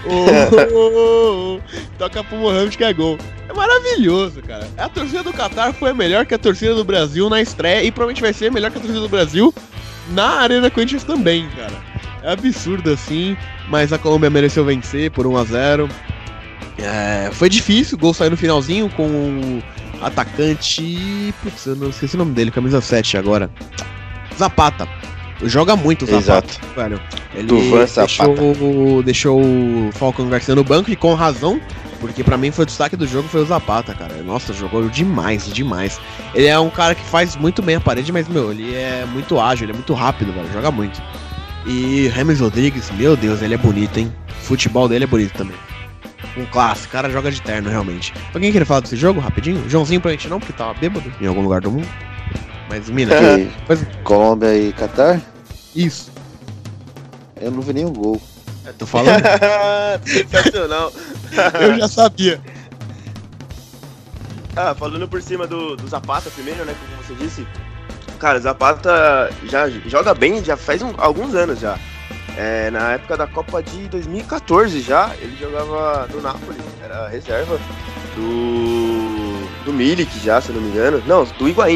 Oh, oh, oh, toca pro Mohamed que é gol. É maravilhoso, cara. A torcida do Qatar foi melhor que a torcida do Brasil na estreia e provavelmente vai ser melhor que a torcida do Brasil na Arena Corinthians também, cara. É absurdo assim, mas a Colômbia mereceu vencer por um a zero. É, foi difícil, o gol saiu no finalzinho com o atacante... Putz, eu não esqueci o nome dele, camisa sete agora. Zapata. Joga muito o Zapata, Exato. velho. Ele Duvan Zapata. deixou, deixou o Falcão Garcia no banco e com razão, porque pra mim foi o destaque do jogo, foi o Zapata, cara. Nossa, jogou demais, demais. Ele é um cara que faz muito bem a parede, mas, meu, ele é muito ágil, ele é muito rápido, velho, joga muito. E James Rodrigues, meu Deus, ele é bonito, hein? O futebol dele é bonito também. Um clássico, o cara joga de terno, realmente. Alguém queria falar desse jogo, rapidinho? Joãozinho pra gente não, porque tava bêbado em algum lugar do mundo. Mas, mina, Que- Pois- Colômbia e Catar? isso. Eu não vi nenhum gol. Eu tô falando, Sensacional. eu já sabia. Ah, falando por cima do, do Zapata primeiro, né, como você disse. Cara, o Zapata já joga bem, já faz um- alguns anos já. É, na época da Copa de dois mil e quatorze já, ele jogava no Napoli, era reserva do, do Milik já, se eu não me engano. Não, do Higuaín.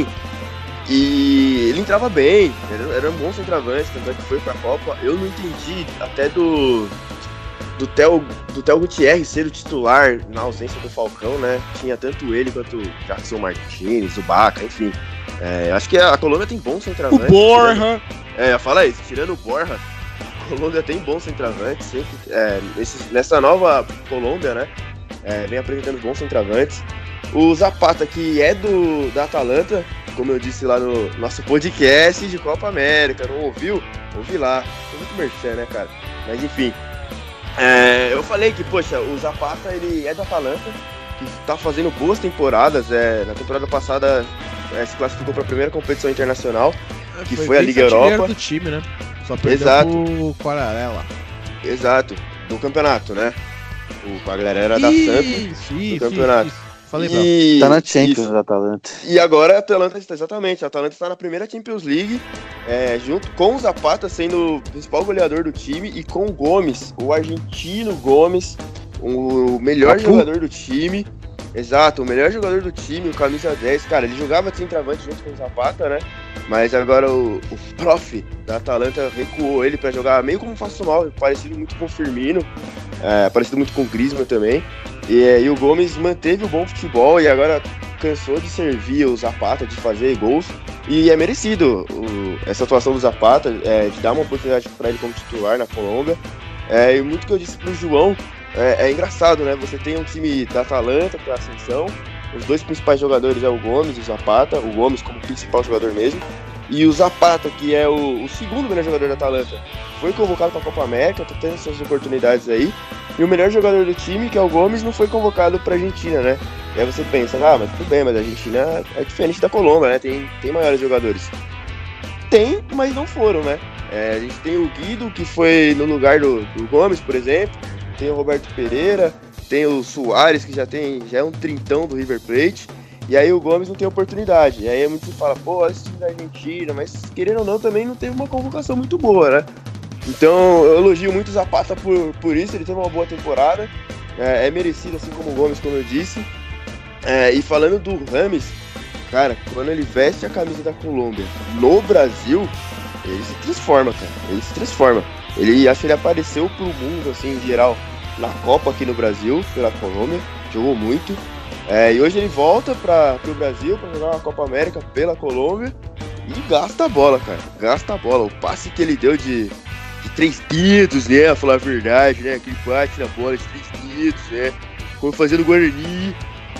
E ele entrava bem, era, era um bom centroavante, tanto é que foi pra Copa. Eu não entendi até do do Theo, do Theo Gutierrez ser o titular na ausência do Falcão, né? Tinha tanto ele quanto o Jackson Martinez, o Baca, enfim. É, acho que a Colômbia tem bons O centroavantes. Borja. Tirando, é, fala isso, tirando o Borja, a Colômbia tem bons centroavantes, sempre. É, nesse- nessa nova Colômbia, né? É, vem apresentando bons centroavantes. O Zapata, que é do da Atalanta, como eu disse lá no nosso podcast de Copa América, não ouviu? Ouvi lá. Foi muito merchan, né, cara? Mas enfim. É, eu falei que, poxa, o Zapata, ele é do Atalanta, que tá fazendo boas temporadas. É, na temporada passada é, se classificou para a primeira competição internacional, que foi a Liga vice-artilheiro Europa. do time, né? Só perdeu Exato. pro Quararela. Exato, do campeonato, né? O Quagliarella era da Santos. Isso, isso, campeonato. isso. Falei pra E, Tá na Champions, isso. Atalanta. E agora a Atalanta está, exatamente, a Atalanta está na primeira Champions League, é, junto com o Zapata sendo o principal goleador do time e com o Gomes, o argentino Gomes, o melhor Capu. jogador do time. Exato, o melhor jogador do time, o camisa dez. Cara, ele jogava de centroavante junto com o Zapata, né? Mas agora o, o prof da Atalanta recuou ele pra jogar meio como faz mal, parecido muito com o Firmino, é, parecido muito com o Griezmann também. E, é, e o Gomes manteve o bom futebol e agora cansou de servir o Zapata, de fazer gols. E é merecido o- essa atuação do Zapata, é, de dar uma oportunidade para ele como titular na Colômbia. É, e muito que eu disse pro João, é, é engraçado, né? Você tem um time da Atalanta para ascensão, os dois principais jogadores é o Gomes e o Zapata, o Gomes como principal jogador mesmo. E o Zapata, que é o, o segundo melhor jogador da Atalanta, foi convocado para a Copa América, tá tendo suas oportunidades aí. E o melhor jogador do time, que é o Gomes, não foi convocado para a Argentina, né? E aí você pensa, ah, mas tudo bem, mas a Argentina é diferente da Colômbia, né? Tem, tem maiores jogadores. Tem, mas não foram, né? É, a gente tem o Guido, que foi no lugar do, do Gomes, por exemplo. Tem o Roberto Pereira, tem o Suárez, que já, tem, já é um trintão do River Plate. E aí o Gomes não tem oportunidade. E aí muito se fala, pô, olha esse time da Argentina, mas querendo ou não, também não teve uma convocação muito boa, né? Então eu elogio muito o Zapata por, por isso, ele teve uma boa temporada. É, é merecido, assim como o Gomes, como eu disse. É, e falando do Rames, cara, quando ele veste a camisa da Colômbia no Brasil, ele se transforma, cara. Ele se transforma. Ele, acho que ele apareceu pro mundo, assim, em geral, na Copa aqui no Brasil, pela Colômbia. Jogou muito. É, e hoje ele volta para o Brasil para jogar uma Copa América pela Colômbia e gasta a bola, cara. Gasta a bola. O passe que ele deu de, de três dedos, né? A falar a verdade, né? Aquele bate na bola de três dedos, né? Como fazendo Guarani.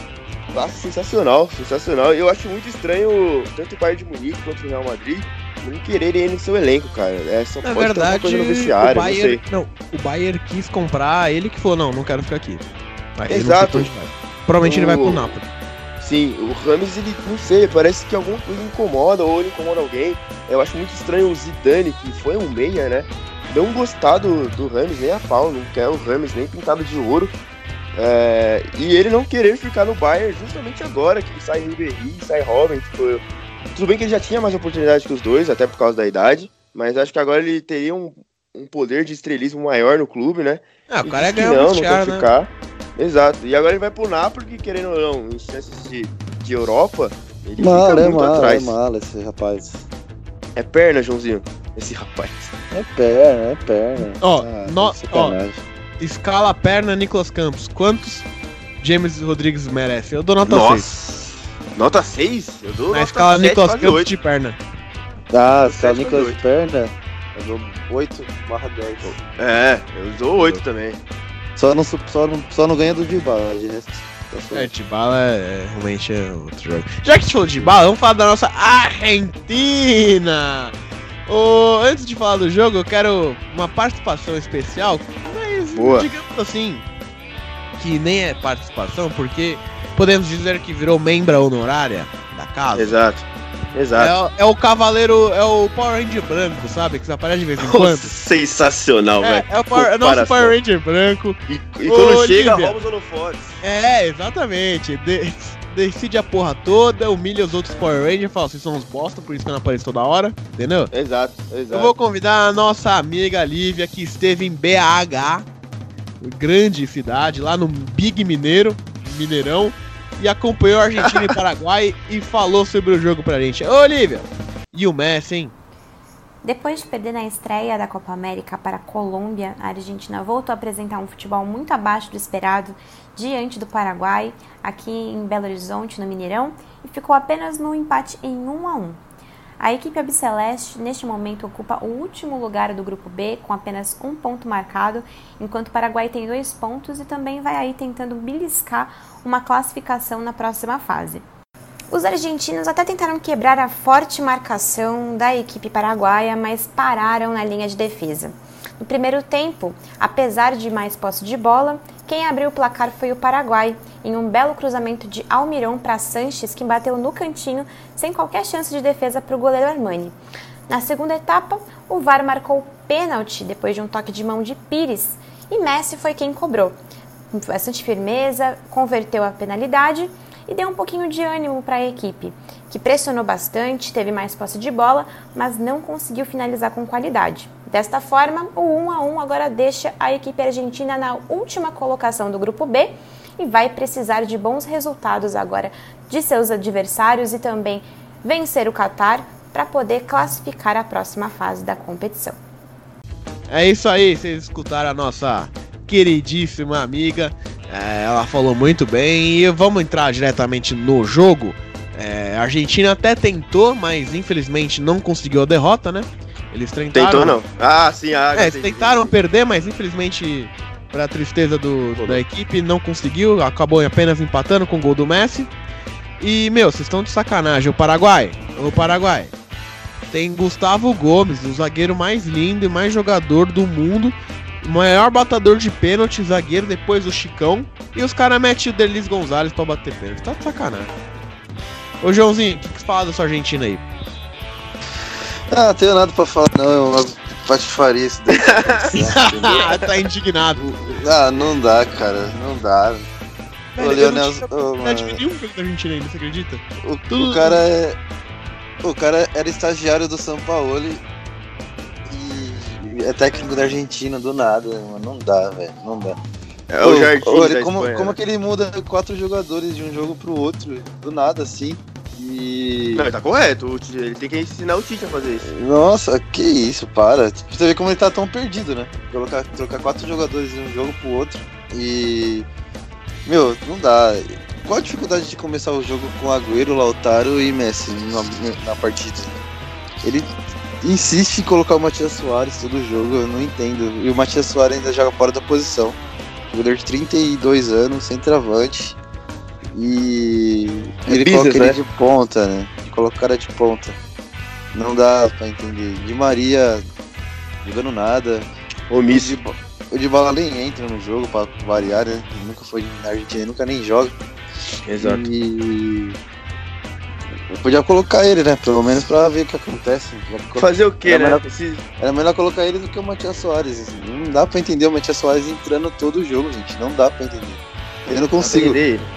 Passe sensacional, sensacional. E eu acho muito estranho tanto o Bayern de Munique quanto o Real Madrid não quererem ele no seu elenco, cara. É, só Na pode ter alguma verdade, coisa no vestiário, o não sei. Bayern, não, o Bayern quis comprar, ele que falou, não, não quero ficar aqui. Aí ele não Exato. sei pra onde vai. Provavelmente ele vai O- pro Napoli. Sim, o Rames, ele, não sei, parece que alguma coisa incomoda ou ele incomoda alguém. Eu acho muito estranho o Zidane, que foi um meia, né? Não gostar do, do Rames nem a pau, não quer o Rames nem pintado de ouro. É, e ele não querer ficar no Bayern justamente agora, que sai Ribéry, sai Robben. Tipo, tudo bem que ele já tinha mais oportunidade que os dois, até por causa da idade, mas acho que agora ele teria um, um poder de estrelismo maior no clube, né? Ah, o E cara é disse que ganhar não, um não quer vestiário, né? ficar. Exato. E agora ele vai pro Napoli, que querendo ou não, em chances de, de Europa, ele Mala, fica é muito mala, atrás. é mala esse rapaz. É perna, Joãozinho, esse rapaz. É perna, é perna. Ó, Ah, no- sacanagem. Escala perna Nicolas Campos. Quantos James Rodrigues merece? Eu dou nota seis. Nossa! Nota seis? Eu dou Na nota escala sete, Nicolas quase Campos oito. de perna. Ah, Sete se a com Nicolas oito. perna, eu dou oito barra dez. É, eu dou oito também. Só não, su- só, não, só não ganha do Dybala, de resto. tá só- É, Dybala é, é, realmente é outro jogo. Já que a gente falou de Dybala, vamos falar da nossa Argentina! Ô, antes de falar do jogo, eu quero uma participação especial, mas Boa. digamos assim, que nem é participação, porque podemos dizer que virou membra honorária da casa. Exato. É, Exato. o- é o cavaleiro, é o Power Ranger branco, sabe? Que aparece de vez em Nossa, quando. sensacional, É, velho. é o Power, é nosso Comparação. Power Ranger branco. E, e Ô, quando chega, Olivia. rouba os holofotes. É, exatamente. De- decide a porra toda, humilha os outros Power Rangers, fala, vocês são uns bosta, por isso que eu não apareço toda hora, entendeu? Exato, exato. Eu vou convidar a nossa amiga Lívia, que esteve em B H, grande cidade, lá no Big Mineiro, Mineirão, e acompanhou a Argentina e Paraguai e falou sobre o jogo pra gente. Ô, Lívia! E o Messi, hein? Depois de perder na estreia da Copa América para a Colômbia, a Argentina voltou a apresentar um futebol muito abaixo do esperado diante do Paraguai, aqui em Belo Horizonte, no Mineirão, e ficou apenas no empate em um a um. A equipe albiceleste, neste momento, ocupa o último lugar do grupo B, com apenas um ponto marcado, enquanto o Paraguai tem dois pontos e também vai aí tentando beliscar uma classificação na próxima fase. Os argentinos até tentaram quebrar a forte marcação da equipe paraguaia, mas pararam na linha de defesa. No primeiro tempo, apesar de mais posse de bola, quem abriu o placar foi o Paraguai, em um belo cruzamento de Almirón para Sanches, que bateu no cantinho, sem qualquer chance de defesa para o goleiro Armani. Na segunda etapa, o V A R marcou pênalti depois de um toque de mão de Pires, e Messi foi quem cobrou. Com bastante firmeza, converteu a penalidade e deu um pouquinho de ânimo para a equipe, que pressionou bastante, teve mais posse de bola, mas não conseguiu finalizar com qualidade. Desta forma, o um a um agora deixa a equipe argentina na última colocação do grupo B e vai precisar de bons resultados agora de seus adversários e também vencer o Catar para poder classificar a próxima fase da competição. É isso aí, vocês escutaram a nossa queridíssima amiga. É, ela falou muito bem e vamos entrar diretamente no jogo. É, a Argentina até tentou, mas infelizmente não conseguiu a derrota, né? Eles tentaram. Tentou não? Ah, sim, ah, É, eles entendi. tentaram perder, mas infelizmente, pra tristeza do, da equipe, não conseguiu. Acabou apenas empatando com o gol do Messi. E, meu, vocês estão de sacanagem. O Paraguai, o Paraguai tem Gustavo Gomes, o zagueiro mais lindo e mais jogador do mundo. O maior batedor de pênalti, zagueiro, depois do Chicão. E os caras metem o Delis Gonzalez pra bater pênalti. Tá de sacanagem. Ô, Joãozinho, o que, que você fala da sua Argentina aí? Ah, não tenho nada pra falar, não. É uma patifaria isso daí. Tá indignado. Ah, não dá, cara. Não dá. Ô, Velho, eu Leonel, não tinha ô, oportunidade de mano, ver nenhum jogo da Argentina ainda, você acredita? o, Tudo- o cara é. O cara era estagiário do São Paulo e é técnico da Argentina do nada, mano. Não dá, velho. Não dá. É o Ô, Jardim ô, ele- da como, Espanha, como né? é que ele muda quatro jogadores de um jogo pro outro? Do nada, assim. E. Não, tá correto. o Tite- Ele tem que ensinar o Tite a fazer isso. Nossa, que isso, para. Tipo, você vê como ele tá tão perdido, né? Colocar, trocar quatro jogadores de um jogo pro outro e. Meu, não dá. Qual a dificuldade de começar o jogo com Agüero, Lautaro e Messi na, na partida? Ele insiste em colocar o Matias Soares todo jogo, eu não entendo. E o Matias Soares ainda joga fora da posição. Jogador de trinta e dois anos, centroavante. E ele business, coloca ele né? de ponta, né? Ele coloca o cara de ponta. Não dá pra entender. Di Maria jogando nada. O Omisso. Di- o Dybala nem entra no jogo pra variar, né? Ele nunca foi na Argentina, nunca nem joga. Exato. E eu podia colocar ele, né? Pelo menos pra ver o que acontece. Fazer o quê, Era né? melhor- Esse- Era melhor colocar ele do que o Matias Soares. Assim. Não dá pra entender o Matias Soares entrando todo o jogo, gente. Não dá pra entender. Eu não consigo. entender ele.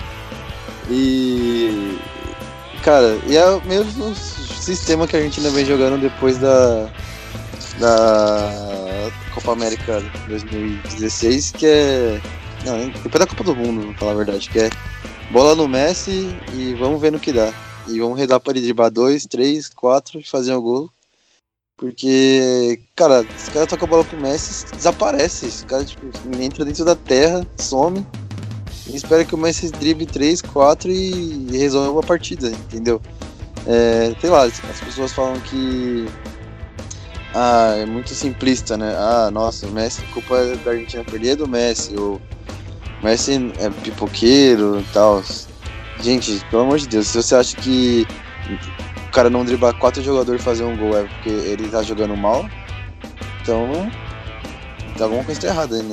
E. Cara, e é o mesmo sistema que a Argentina vem jogando depois da. Da. Copa América dois mil e dezesseis, que é... Não, depois da Copa do Mundo, pra falar a verdade, que é bola no Messi e vamos ver no que dá. E vamos redar para ele driblar dois, três, quatro e fazer um gol. Porque, cara, esse cara toca a bola pro Messi, desaparece. Esse cara, tipo, entra dentro da terra, some e espera que o Messi drible três, quatro e resolva a partida, entendeu? É, sei lá, as pessoas falam que ah, é muito simplista, né? Ah, nossa, o Messi, a culpa da Argentina perder é do Messi, o Messi é pipoqueiro e tal. Gente, pelo amor de Deus, se você acha que o cara não driblar quatro jogadores e fazer um gol é porque ele tá jogando mal, então tá alguma coisa errada aí, né?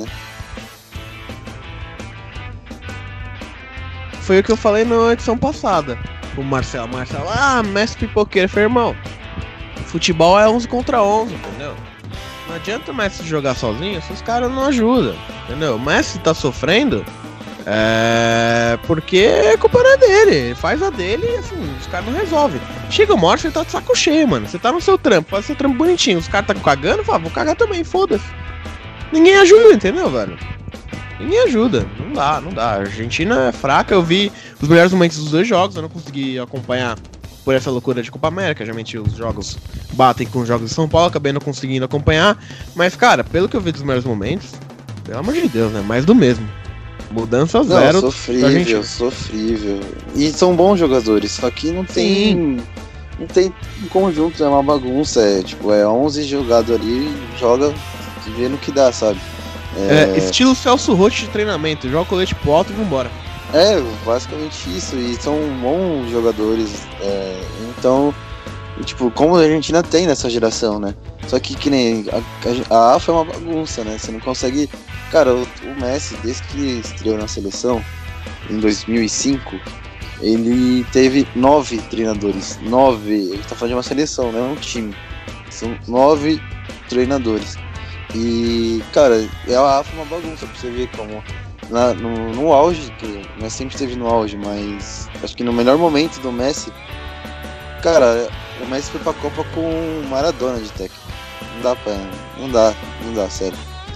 Foi o que eu falei na edição passada. O Marcelo, Marcelo, ah, Messi pipoqueiro. Eu falei, irmão, futebol é onze contra onze, entendeu? Não adianta o Messi jogar sozinho se os caras não ajudam, entendeu? O Messi tá sofrendo é porque a culpa não é dele. Ele faz a dele e assim, os caras não resolvem. Chega uma hora, você tá de saco cheio, mano. Você tá no seu trampo, faz seu trampo bonitinho. Os caras tá cagando, fala, vou cagar também, foda-se. Ninguém ajuda, entendeu, velho? Ninguém ajuda. Não dá, não dá. A Argentina é fraca. Eu vi os melhores momentos dos dois jogos. Eu não consegui acompanhar por essa loucura de Copa América. Geralmente os jogos batem com os jogos de São Paulo. Acabei não conseguindo acompanhar. Mas, cara, pelo que eu vi dos melhores momentos, pelo amor de Deus, né? Mais do mesmo. Mudança zero. Não, sofrível, sofrível. E são bons jogadores, só que não tem... Sim. Não tem um conjunto, é uma bagunça. É tipo, é onze jogados ali, joga e vê no que dá, sabe? É... É, estilo Celso Roth de treinamento, joga o colete pro alto e vambora. É, basicamente isso. E são bons jogadores. É, então, tipo, como a Argentina tem nessa geração, né? Só que que nem a, a AFA é uma bagunça, né? Você não consegue... Cara, o, o Messi, desde que estreou na seleção, em dois mil e cinco, ele teve nove treinadores. Nove. Ele tá falando de uma seleção, não é um time. São nove treinadores. E, cara, a AFA é uma bagunça, pra você ver como... Na, no, no auge, que o Messi sempre esteve no auge, mas acho que no melhor momento do Messi, cara, o Messi foi pra Copa com Maradona de técnico. Não dá pra... Não dá, não dá, sério.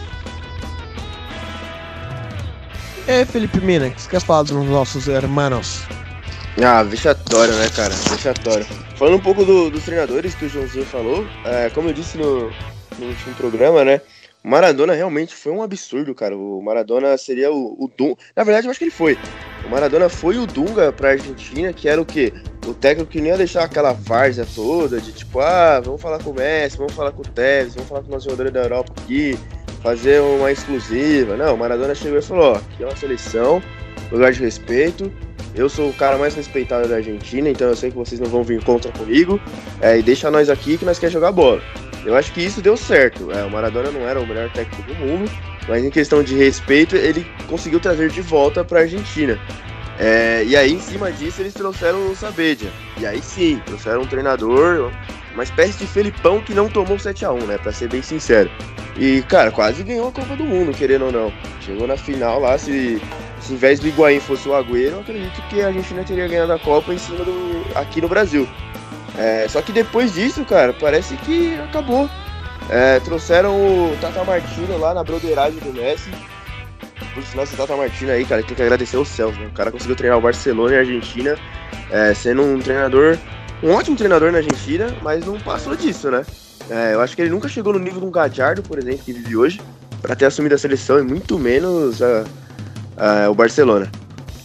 E aí, Felipe Mina, o que você quer falar dos nossos hermanos? Ah, vexatório, né, cara? Vexatório. Falando um pouco do, dos treinadores que o Joãozinho falou, é, como eu disse no, no último programa, né? O Maradona realmente foi um absurdo, cara. O Maradona seria o, o Dunga. Na verdade, eu acho que ele foi. O Maradona foi o Dunga pra Argentina, que era o quê? O técnico que nem ia deixar aquela várzea toda de tipo, ah, vamos falar com o Messi, vamos falar com o Tevez, vamos falar com os jogadores da Europa aqui, fazer uma exclusiva. Não, o Maradona chegou e falou, ó, aqui é uma seleção, lugar de respeito, eu sou o cara mais respeitado da Argentina, então eu sei que vocês não vão vir contra comigo, é, e deixa nós aqui que nós queremos jogar bola. Eu acho que isso deu certo. É, o Maradona não era o melhor técnico do mundo, mas em questão de respeito, ele conseguiu trazer de volta para a Argentina. É, e aí, em cima disso, eles trouxeram o Saavedra. E aí sim, trouxeram um treinador, uma espécie de Felipão que não tomou sete a um, né? Pra ser bem sincero. E, cara, quase ganhou a Copa do Mundo, querendo ou não. Chegou na final lá, se, se em vez do Higuaín fosse o Agüero, eu acredito que a Argentina teria ganhado a Copa em cima do aqui no Brasil. É, só que depois disso, cara, parece que acabou. É, trouxeram o Tata Martino lá na broderagem do Messi. Por sinal, esse Tata Martino aí, cara, tem que agradecer aos céus, né? O cara conseguiu treinar o Barcelona e a Argentina, é, sendo um treinador, um ótimo treinador na Argentina, mas não passou disso, né? É, eu acho que ele nunca chegou no nível de um Gadiardo, por exemplo, que vive hoje, pra ter assumido a seleção e muito menos a, a, o Barcelona.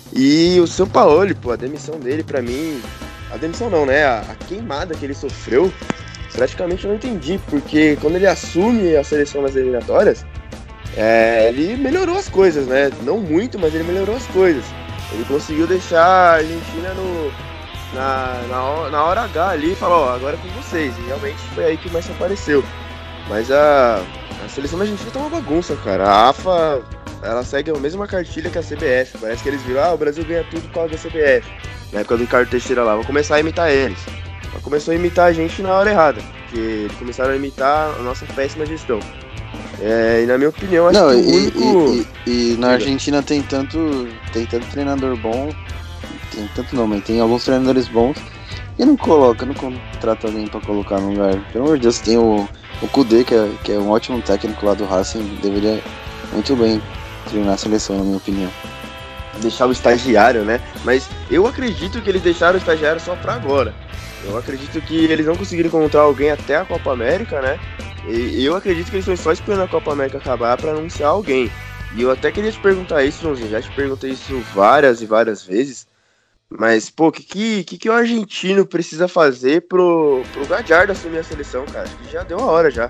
E o Sampaoli, pô, a demissão dele, pra mim... A demissão não, né? A, a queimada que ele sofreu, praticamente eu não entendi, porque quando ele assume a seleção nas eliminatórias, é, ele melhorou as coisas, né? Não muito, mas ele melhorou as coisas. Ele conseguiu deixar a Argentina no, na, na, na hora H ali e falou, ó, agora é com vocês. E realmente foi aí que o Messi apareceu. Mas a, a seleção da Argentina tá uma bagunça, cara. A AFA, ela segue a mesma cartilha que a C B F. Parece que eles viram, ah, o Brasil ganha tudo por causa da C B F. Na época do Ricardo Teixeira lá, vou começar a imitar eles. Mas começou a imitar a gente na hora errada, porque eles começaram a imitar a nossa péssima gestão. É, e na minha opinião, acho não, que o e, único... E, e, e na Argentina tem tanto, tem tanto treinador bom, tem tanto não, mas tem alguns treinadores bons, E não coloca, não contrata alguém pra colocar no lugar. Pelo amor de Deus, tem o, o Kudê, que é, que é um ótimo técnico lá do Racing, deveria muito bem treinar a seleção, na minha opinião. Deixar o estagiário, né? Mas eu acredito que eles deixaram o estagiário só pra agora. Eu acredito que eles não conseguiram encontrar alguém até a Copa América, né? E eu acredito que eles estão só esperando a Copa América acabar pra anunciar alguém. E eu até queria te perguntar isso, Joãozinho, já te perguntei isso várias e várias vezes. Mas, pô, o que, que, que o argentino precisa fazer pro, pro Gallardo assumir a seleção, cara? Acho que já deu a hora, já.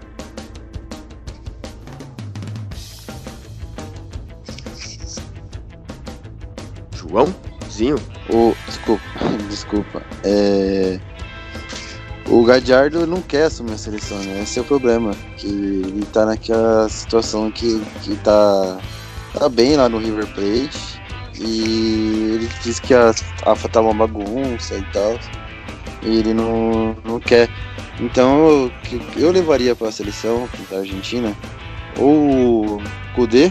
Joãozinho? O, desculpa, desculpa. É, o Gallardo não quer assumir a seleção, né? Esse é o problema. Que ele tá naquela situação que, que tá, tá bem lá no River Plate. E ele diz que a AFA tá uma bagunça e tal. E ele não, não quer. Então eu, eu levaria para a seleção da Argentina ou o Kudê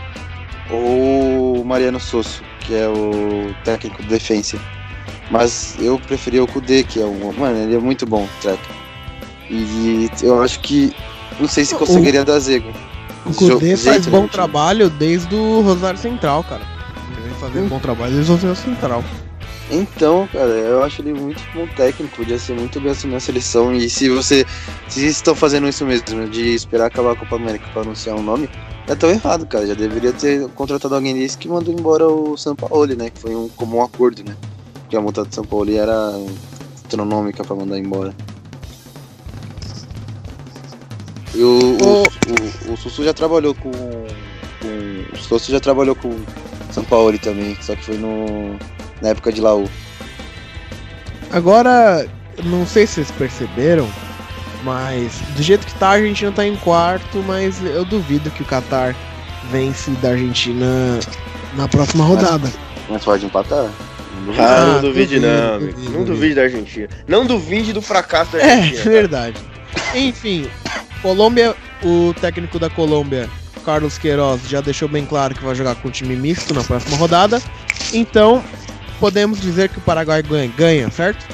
ou o Mariano Sosso, que é o técnico de defensa. Mas eu preferia o Kudê, que é um. Mano, ele é muito bom, técnico. E eu acho que. Não sei se conseguiria o, dar zego. O Kudê faz bom trabalho desde o Rosário Central, cara. Fazer um bom trabalho, eles vão ser central. Então, cara, eu acho ele muito bom técnico, podia ser muito bem assumir a seleção. E se você. Se vocês estão fazendo isso mesmo, de esperar acabar a Copa América pra anunciar um nome, já estão errado, cara. Já deveria ter contratado alguém desse que mandou embora o Sampaoli, né? Que foi um comum acordo, né? Que a multa do Sampaoli era astronômica pra mandar embora. E o, o, o, o Sussu já trabalhou com. com o Sussu já trabalhou com Sampaoli também, só que foi no, na época de Laú. Agora, não sei se vocês perceberam, mas do jeito que tá, a Argentina tá em quarto, mas eu duvido que o Qatar vence da Argentina na próxima rodada. Mas, mas pode empatar. Não ah, não duvide não, amigo. Não duvide, duvide da Argentina. Não duvide do fracasso da Argentina. É, verdade. Enfim, Colômbia, o técnico da Colômbia, Carlos Queiroz, já deixou bem claro que vai jogar com o time misto na próxima rodada. Então, podemos dizer que o Paraguai ganha, ganha, certo?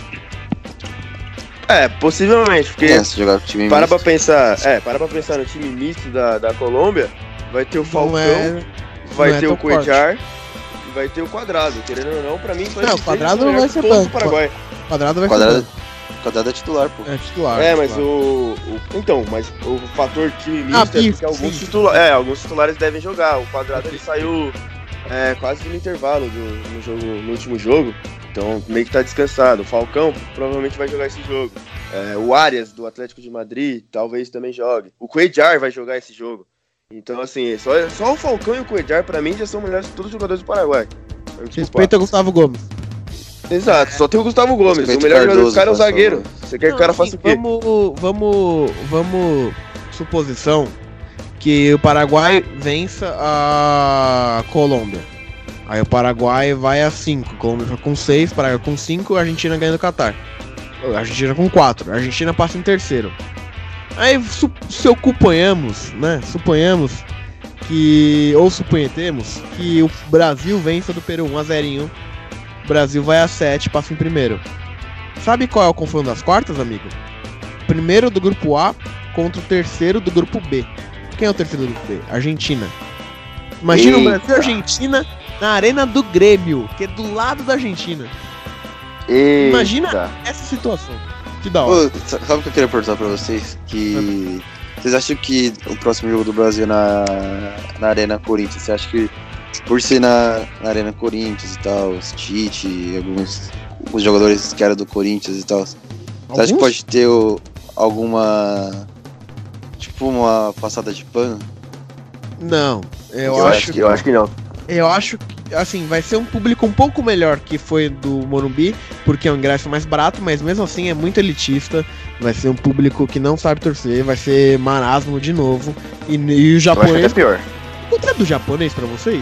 É, possivelmente, porque é, se jogar com o time para misto. pra pensar, é, para pra pensar no time misto da, da Colômbia, vai ter o Falcão, é, vai ter é o Cuellar e vai ter o Quadrado. Querendo ou não, pra mim, não, o Quadrado não vai ser banco. Paraguai. Quadrado vai Quadrado, ser banco. Quadrado é titular, pô. É titular. É, é mas titular. O, o. Então, mas o fator time misto ah, é porque alguns, titula, é, alguns titulares devem jogar. O Quadrado ele saiu é, quase no intervalo do, no, jogo, no último jogo. Então meio que tá descansado. O Falcão provavelmente vai jogar esse jogo. É, o Arias do Atlético de Madrid talvez também jogue. O Cuellar vai jogar esse jogo. Então, assim, só, só o Falcão e o Cuellar, pra mim, já são melhores que todos os jogadores do Paraguai. Respeita o Gustavo Gomes. Exato, só tem o Gustavo Gomes. Respeito o melhor jogador do cara é o zagueiro. Você quer que o cara faça o quê? Vamos, vamos, vamos, suposição que o Paraguai vença a Colômbia. Aí o Paraguai vai a cinco, Colômbia com seis, Paraguai com cinco, a Argentina ganha do Qatar. A Argentina com quatro, a Argentina passa em terceiro. Aí su- suponhamos, né, suponhamos que, ou suponhamos que o Brasil vença do Peru um a zero. O Brasil vai a sete, passa em primeiro. Sabe qual é o confronto das quartas, amigo? Primeiro do grupo A contra o terceiro do grupo B. Quem é o terceiro do grupo B? Argentina. Imagina o Brasil e a Argentina na arena do Grêmio, que é do lado da Argentina. Eita. Imagina essa situação. Que da hora. Pô, sabe o que eu queria perguntar pra vocês? Que vocês acham que o próximo jogo do Brasil na, na Arena Corinthians, você acha que por ser na, na Arena Corinthians e tal, os Tite, alguns os jogadores que eram do Corinthians e tal, você Alguns? acha que pode ter o, alguma, tipo uma passada de pano? Não, eu, Eu, acho, acho que, eu acho que não. eu acho que, assim, vai ser um público um pouco melhor que foi do Morumbi, porque é um ingresso mais barato, mas mesmo assim é muito elitista. Vai ser um público que não sabe torcer, vai ser marasmo de novo. E, e o Eu acho que japonês. é pior. Conta do japonês pra vocês?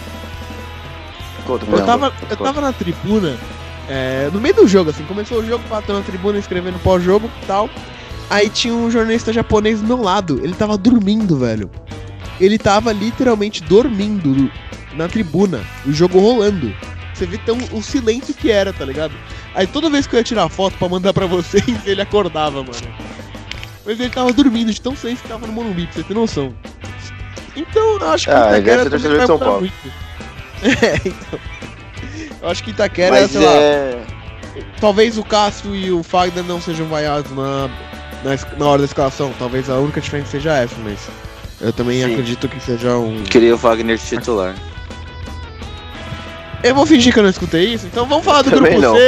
Conta, Eu conta, tava, conta, eu conta. tava na tribuna, é, no meio do jogo, assim, começou o jogo, tô na tribuna escrevendo pós-jogo e tal. Aí tinha um jornalista japonês do meu lado, ele tava dormindo, velho. Ele tava literalmente dormindo na tribuna, o jogo rolando. Você vê tão, o silêncio que era, tá ligado? Aí toda vez que eu ia tirar foto pra mandar pra vocês, ele acordava, mano. Mas ele tava dormindo de tão silêncio que tava no Morumbi, pra você ter noção. Então, eu acho que Ah, o ele deve Itaquera ser também torcedor vai de São mudar Paulo. muito. É, então. Eu acho que Itaquera, Mas sei lá, é... talvez o Cássio e o Fagner não sejam vaiados na, na, es- na hora da escalação. Talvez a única diferença seja essa, mas eu também Sim. acredito que seja um... Queria o Wagner titular. Eu vou fingir que eu não escutei isso, então vamos falar do Também Grupo não. C.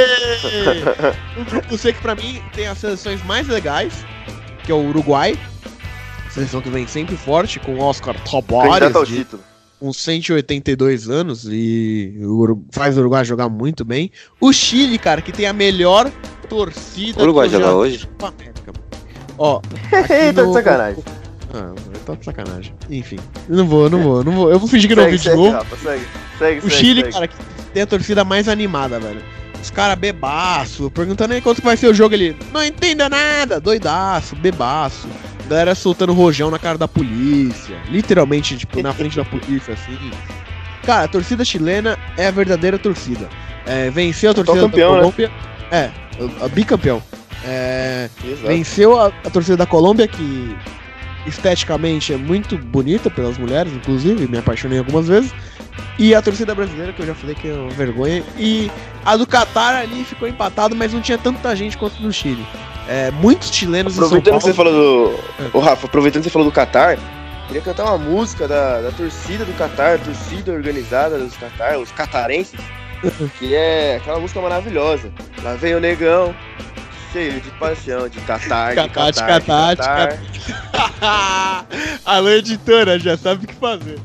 O Grupo C que pra mim tem as seleções mais legais, que é o Uruguai. Seleção que vem sempre forte, com Oscar Candidato ao Tabares, de título. uns cento e oitenta e dois anos, e o Uru- faz o Uruguai jogar muito bem. O Chile, cara, que tem a melhor torcida... O Uruguai que eu já joga vi hoje? na Copa América. Ó, Eita, de sacanagem. Ah, tá de sacanagem. Enfim, eu não vou, eu não vou, eu não vou. Eu vou fingir que não Segue, vi de segue, novo. Rafa, segue. Segue, O segue, Chile, segue. cara, que tem a torcida mais animada, velho. Os caras bebaço, perguntando aí quanto que vai ser o jogo, ele não entenda nada, doidaço, bebaço. Galera soltando rojão na cara da polícia, literalmente, tipo, na frente da polícia, assim. Cara, a torcida chilena é a verdadeira torcida. É, venceu a Atual torcida campeão, da né? Colômbia. É, a, a bicampeão. É, Exato. venceu a, a torcida da Colômbia, que esteticamente é muito bonita pelas mulheres, inclusive, me apaixonei algumas vezes. E a torcida brasileira, que eu já falei que é uma vergonha. E a do Catar ali ficou empatado, mas não tinha tanta gente quanto no Chile. É, muitos chilenos em São Aproveitando que Paulo... você falou do. Ô, Rafa, aproveitando que você falou do Catar, queria cantar uma música da, da torcida do Catar, a torcida organizada dos Catar, os catarenses, que é aquela música maravilhosa. Lá vem o negão, cheio de paixão, de Catar, de Catar, de Catar, Catar, de de Catar. Alô, editora, já sabe o que fazer.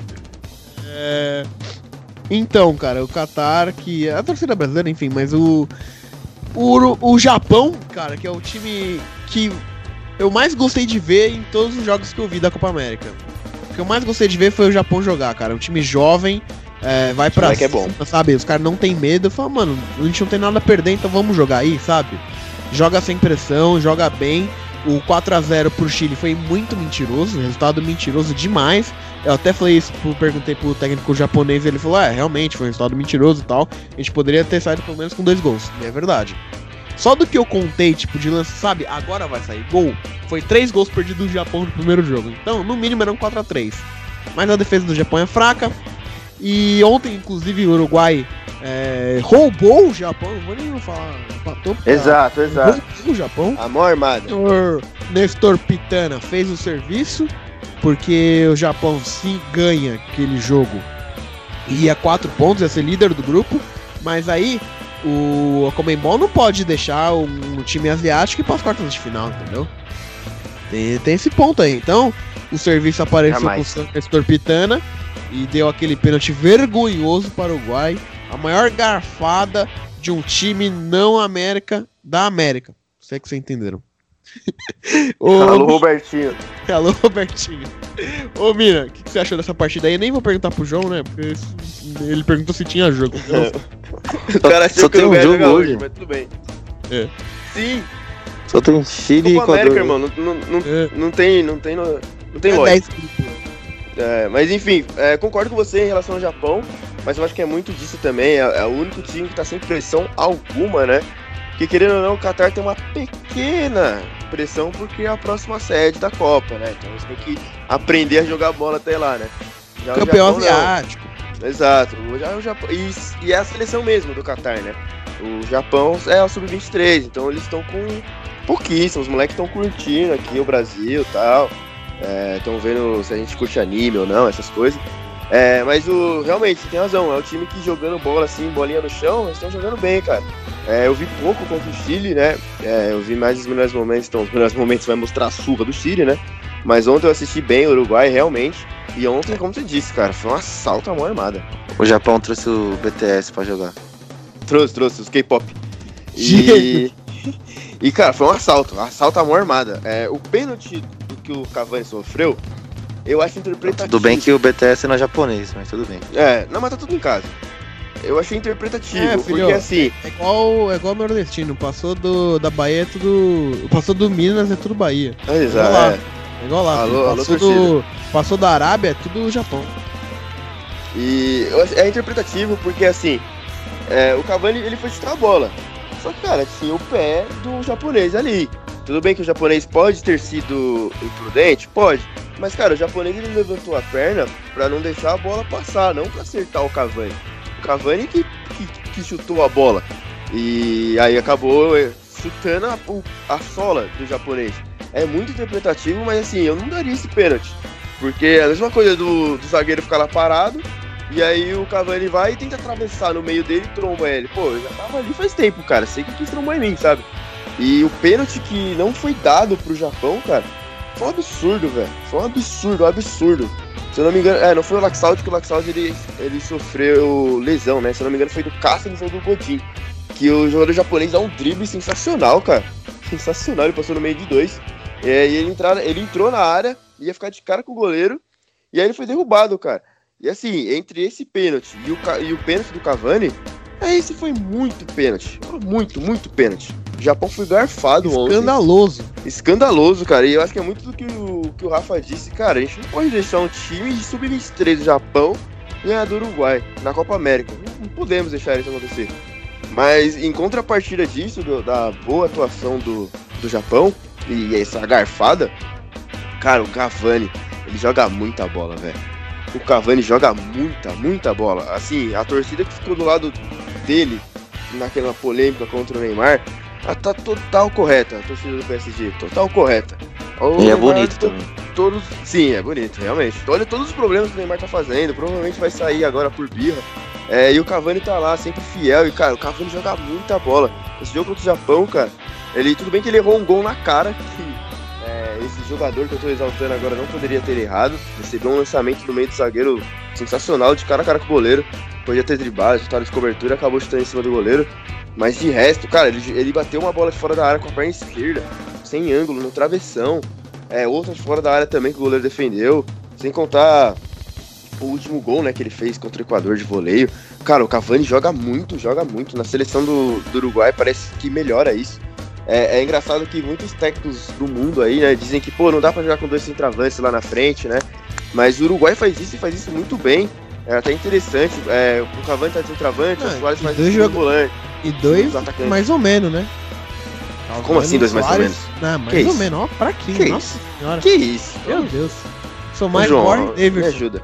É... Então, cara, o Catar, que é a torcida brasileira, enfim, mas o, o Uru- o Japão, cara, que é o time que eu mais gostei de ver em todos os jogos que eu vi da Copa América. O que eu mais gostei de ver foi o Japão jogar, cara. Um time jovem, é, vai pra moleque é bom. sabe? Os caras não tem medo. Eu falo, mano, a gente não tem nada a perder, então vamos jogar aí, sabe? Joga sem pressão, joga bem. O quatro a zero pro Chile foi muito mentiroso, resultado mentiroso demais. Eu até falei isso, pro- perguntei pro técnico japonês, ele falou, é, realmente, foi um resultado mentiroso e tal. A gente poderia ter saído pelo menos com dois gols, e é verdade. Só do que eu contei, tipo, de lance, sabe, agora vai sair gol, foi três gols perdidos do Japão no primeiro jogo. Então, no mínimo, eram quatro a três. Mas a defesa do Japão é fraca. E ontem, inclusive, o Uruguai é, roubou o Japão, não vou nem falar, empatou. porque Exato, exato. roubou o Japão. A mão armada. Nestor, Nestor Pitana fez o serviço, porque o Japão, se ganha aquele jogo, ia quatro pontos, ia ser líder do grupo, mas aí o a Conmebol não pode deixar um time asiático ir para as quartas de final, entendeu? Tem, tem esse ponto aí. Então, o serviço apareceu Jamais. com o Nestor Pitana e deu aquele pênalti vergonhoso para o Uruguai, a maior garfada de um time não América da América. Se é que vocês entenderam. Ô, Alô, Robertinho. Alô, Robertinho. Ô, Mira, o que, que você achou dessa partida aí? Eu nem vou perguntar pro João, né? Porque ele perguntou se tinha jogo. Então, O cara achou Só que tem eu um não ia jogo jogar hoje. hoje, mas tudo bem. É. Sim, Só tem Chile e Copa América, Equador. irmão. Não, não, não, É. não tem, não tem, no- não tem é lógica. dez grupos. É, mas enfim, é, concordo com você em relação ao Japão, mas eu acho que é muito disso também. É, é o único time que tá sem pressão alguma, né? Porque querendo ou não, o Qatar tem uma pequena pressão porque é a próxima sede da Copa, né? Então eles têm que aprender a jogar bola até lá, né? Já o Campeão Japão, não. asiático. Exato. O, já, o Japão, e, e é a seleção mesmo do Qatar, né? O Japão é a sub vinte e três, então eles estão com pouquíssimos. Os moleques estão curtindo aqui o Brasil e tal. Estão vendo se a gente curte anime ou não, essas coisas. É, mas o, realmente, você tem razão. É o time que jogando bola assim, bolinha no chão, eles estão jogando bem, cara. É, eu vi pouco contra o Chile, né? É, eu vi mais os melhores momentos. Então, os melhores momentos vai mostrar a surra do Chile, né? Mas ontem eu assisti bem o Uruguai, realmente. E ontem, como você disse, cara, foi um assalto à mão armada. O Japão trouxe o B T S pra jogar. Trouxe, trouxe, os K-pop. E, e, cara, foi um assalto, um assalto à mão armada. É, o pênalti do que o Cavani sofreu, eu acho interpretativo. Tudo bem que o B T S não é japonês, mas tudo bem. É, não, mas tá tudo em casa. Eu achei interpretativo, É, porque filho, assim, É igual, é igual o nordestino. Passou do, da Bahia é tudo. Passou do Minas é tudo Bahia. exato, lá. é. É igual lá. Alô, filho. alô, passou, do, passou da Arábia é tudo Japão. E eu ach- é interpretativo porque assim, é, o Cavani ele foi chutar a bola. Só que, cara, tinha o pé do japonês ali. Tudo bem que o japonês pode ter sido imprudente? Pode. Mas, cara, o japonês ele levantou a perna pra não deixar a bola passar, não pra acertar o Cavani. O Cavani que, que, que chutou a bola. E aí acabou chutando a, a sola do japonês. É muito interpretativo, mas assim, eu não daria esse pênalti. Porque é a mesma coisa do, do zagueiro ficar lá parado, e aí o Cavani vai e tenta atravessar no meio dele e tromba ele. Pô, eu já tava ali faz tempo, cara, sei que quis trombar em mim, sabe? E o pênalti que não foi dado pro Japão, cara, foi um absurdo, velho. Foi um absurdo, um absurdo. Se eu não me engano, é, não foi o Laxaldi, porque o Laxaldi ele, ele sofreu lesão, né? Se eu não me engano foi do Cáceres ou do Godin. Que o jogador japonês dá um drible sensacional, cara. Sensacional, ele passou no meio de dois. É, e ele, entrar, ele entrou na área, ia ficar de cara com o goleiro, e aí ele foi derrubado, cara. E assim, entre esse pênalti e o, e o pênalti do Cavani, aí esse foi muito pênalti. Muito, muito pênalti. O Japão foi garfado ontem. Escandaloso. Escandaloso, cara. E eu acho que é muito do que o, que o Rafa disse. Cara, a gente não pode deixar um time de sub vinte e três do Japão ganhar do Uruguai na Copa América. Não, não podemos deixar isso acontecer. Mas em contrapartida disso, do, da boa atuação do, do Japão e essa garfada, cara, o Cavani, ele joga muita bola, velho. O Cavani joga muita, muita bola. Assim, a torcida que ficou do lado dele naquela polêmica contra o Neymar, ela tá total correta, a torcida do P S G, total correta. O E é Neymar, bonito to, também. Todos, sim, é bonito, realmente. Olha todos os problemas que o Neymar tá fazendo, provavelmente vai sair agora por birra. É, e o Cavani tá lá, sempre fiel, e cara, o Cavani joga muita bola. Esse jogo contra o Japão, cara, ele, tudo bem que ele errou um gol na cara, que é, esse jogador que eu tô exaltando agora não poderia ter errado. Recebeu um lançamento no meio do zagueiro sensacional, de cara a cara com o goleiro. Podia ter driblado, chutado de cobertura, acabou chutando em cima do goleiro. Mas de resto, cara, ele, ele bateu uma bola de fora da área com a perna esquerda, sem ângulo, no travessão. É, outra de fora da área também que o goleiro defendeu. Sem contar o último gol, né, que ele fez contra o Equador de voleio. Cara, o Cavani joga muito, joga muito. Na seleção do, do Uruguai parece que melhora isso. É, é engraçado que muitos técnicos do mundo aí, né, dizem que, pô, não dá pra jogar com dois centroavantes lá na frente, né? Mas o Uruguai faz isso e faz isso muito bem. É até interessante. É, o Cavani tá de centroavante, Ah, o Suárez e faz dois isso no jogo- volante. E dois, Os atacantes. mais ou menos, né? Como assim, dois mais ou Suárez- menos? Não, mais Que ou isso? menos, ó, fraquinho, Que nossa senhora. Que isso? Meu Deus. Sou Ô, mais João, Warren me Davidson. ajuda.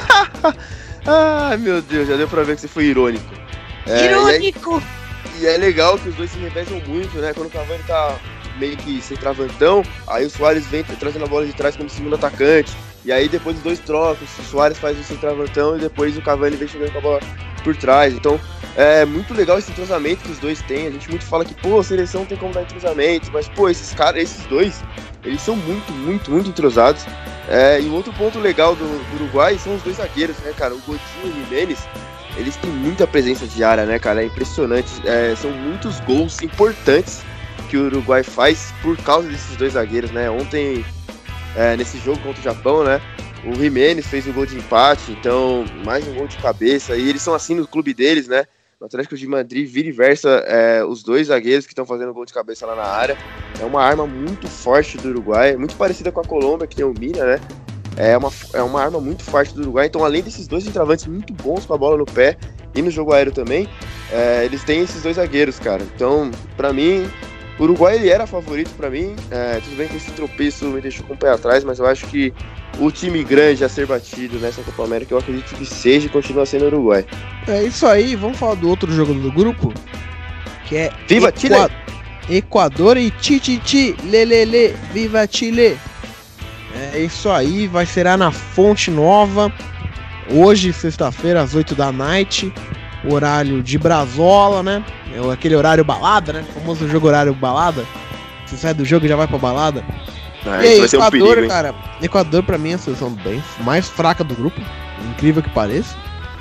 Ai, meu Deus, já deu pra ver que você foi irônico. É, Irônico! E é, e é legal que os dois se revezam muito, né? Quando o Cavani tá meio que sem travantão, aí o Suárez vem trazendo a bola de trás como segundo atacante. E aí depois os dois trocam, o Suárez faz o sem travantão e depois o Cavani vem chegando com a bola por trás. Então é muito legal esse entrosamento que os dois têm. A gente muito fala que, pô, a seleção tem como dar entrosamento, mas, pô, esses caras, esses dois, eles são muito, muito, muito entrosados. É, e um outro ponto legal do, do Uruguai são os dois zagueiros, né, cara? O Godinho e o Jimenez, eles têm muita presença de área, né, cara? É impressionante. É, são muitos gols importantes que o Uruguai faz por causa desses dois zagueiros, né? Ontem, é, nesse jogo contra o Japão, né? O Jimenez fez o gol de empate, então mais um gol de cabeça. E eles são assim no clube deles, né? No Atlético de Madrid, vira e versa, é, os dois zagueiros que estão fazendo gol de cabeça lá na área. É uma arma muito forte do Uruguai, muito parecida com a Colômbia, que tem o Mina, né? É uma, é uma arma muito forte do Uruguai. Então, além desses dois centroavantes muito bons com a bola no pé e no jogo aéreo também, é, eles têm esses dois zagueiros, cara. Então, pra mim, o Uruguai ele era favorito pra mim. É, tudo bem que esse tropeço me deixou com o pé atrás, mas eu acho que o time grande a ser batido nessa Copa América, eu acredito que seja e continua sendo o Uruguai. É isso aí, vamos falar do outro jogo do grupo, que é Viva Equa- Chile! Equador e Tititi, lelele, viva Chile! É isso aí, vai ser lá na Fonte Nova, hoje, sexta-feira, às oito da noite, horário de Brasola, né? É aquele horário balada, né? O famoso jogo horário balada. Você sai do jogo e já vai pra balada. Ah, E aí, isso vai ser um Equador, perigo, hein? cara, Equador pra mim é a seleção bem mais fraca do grupo, incrível que pareça.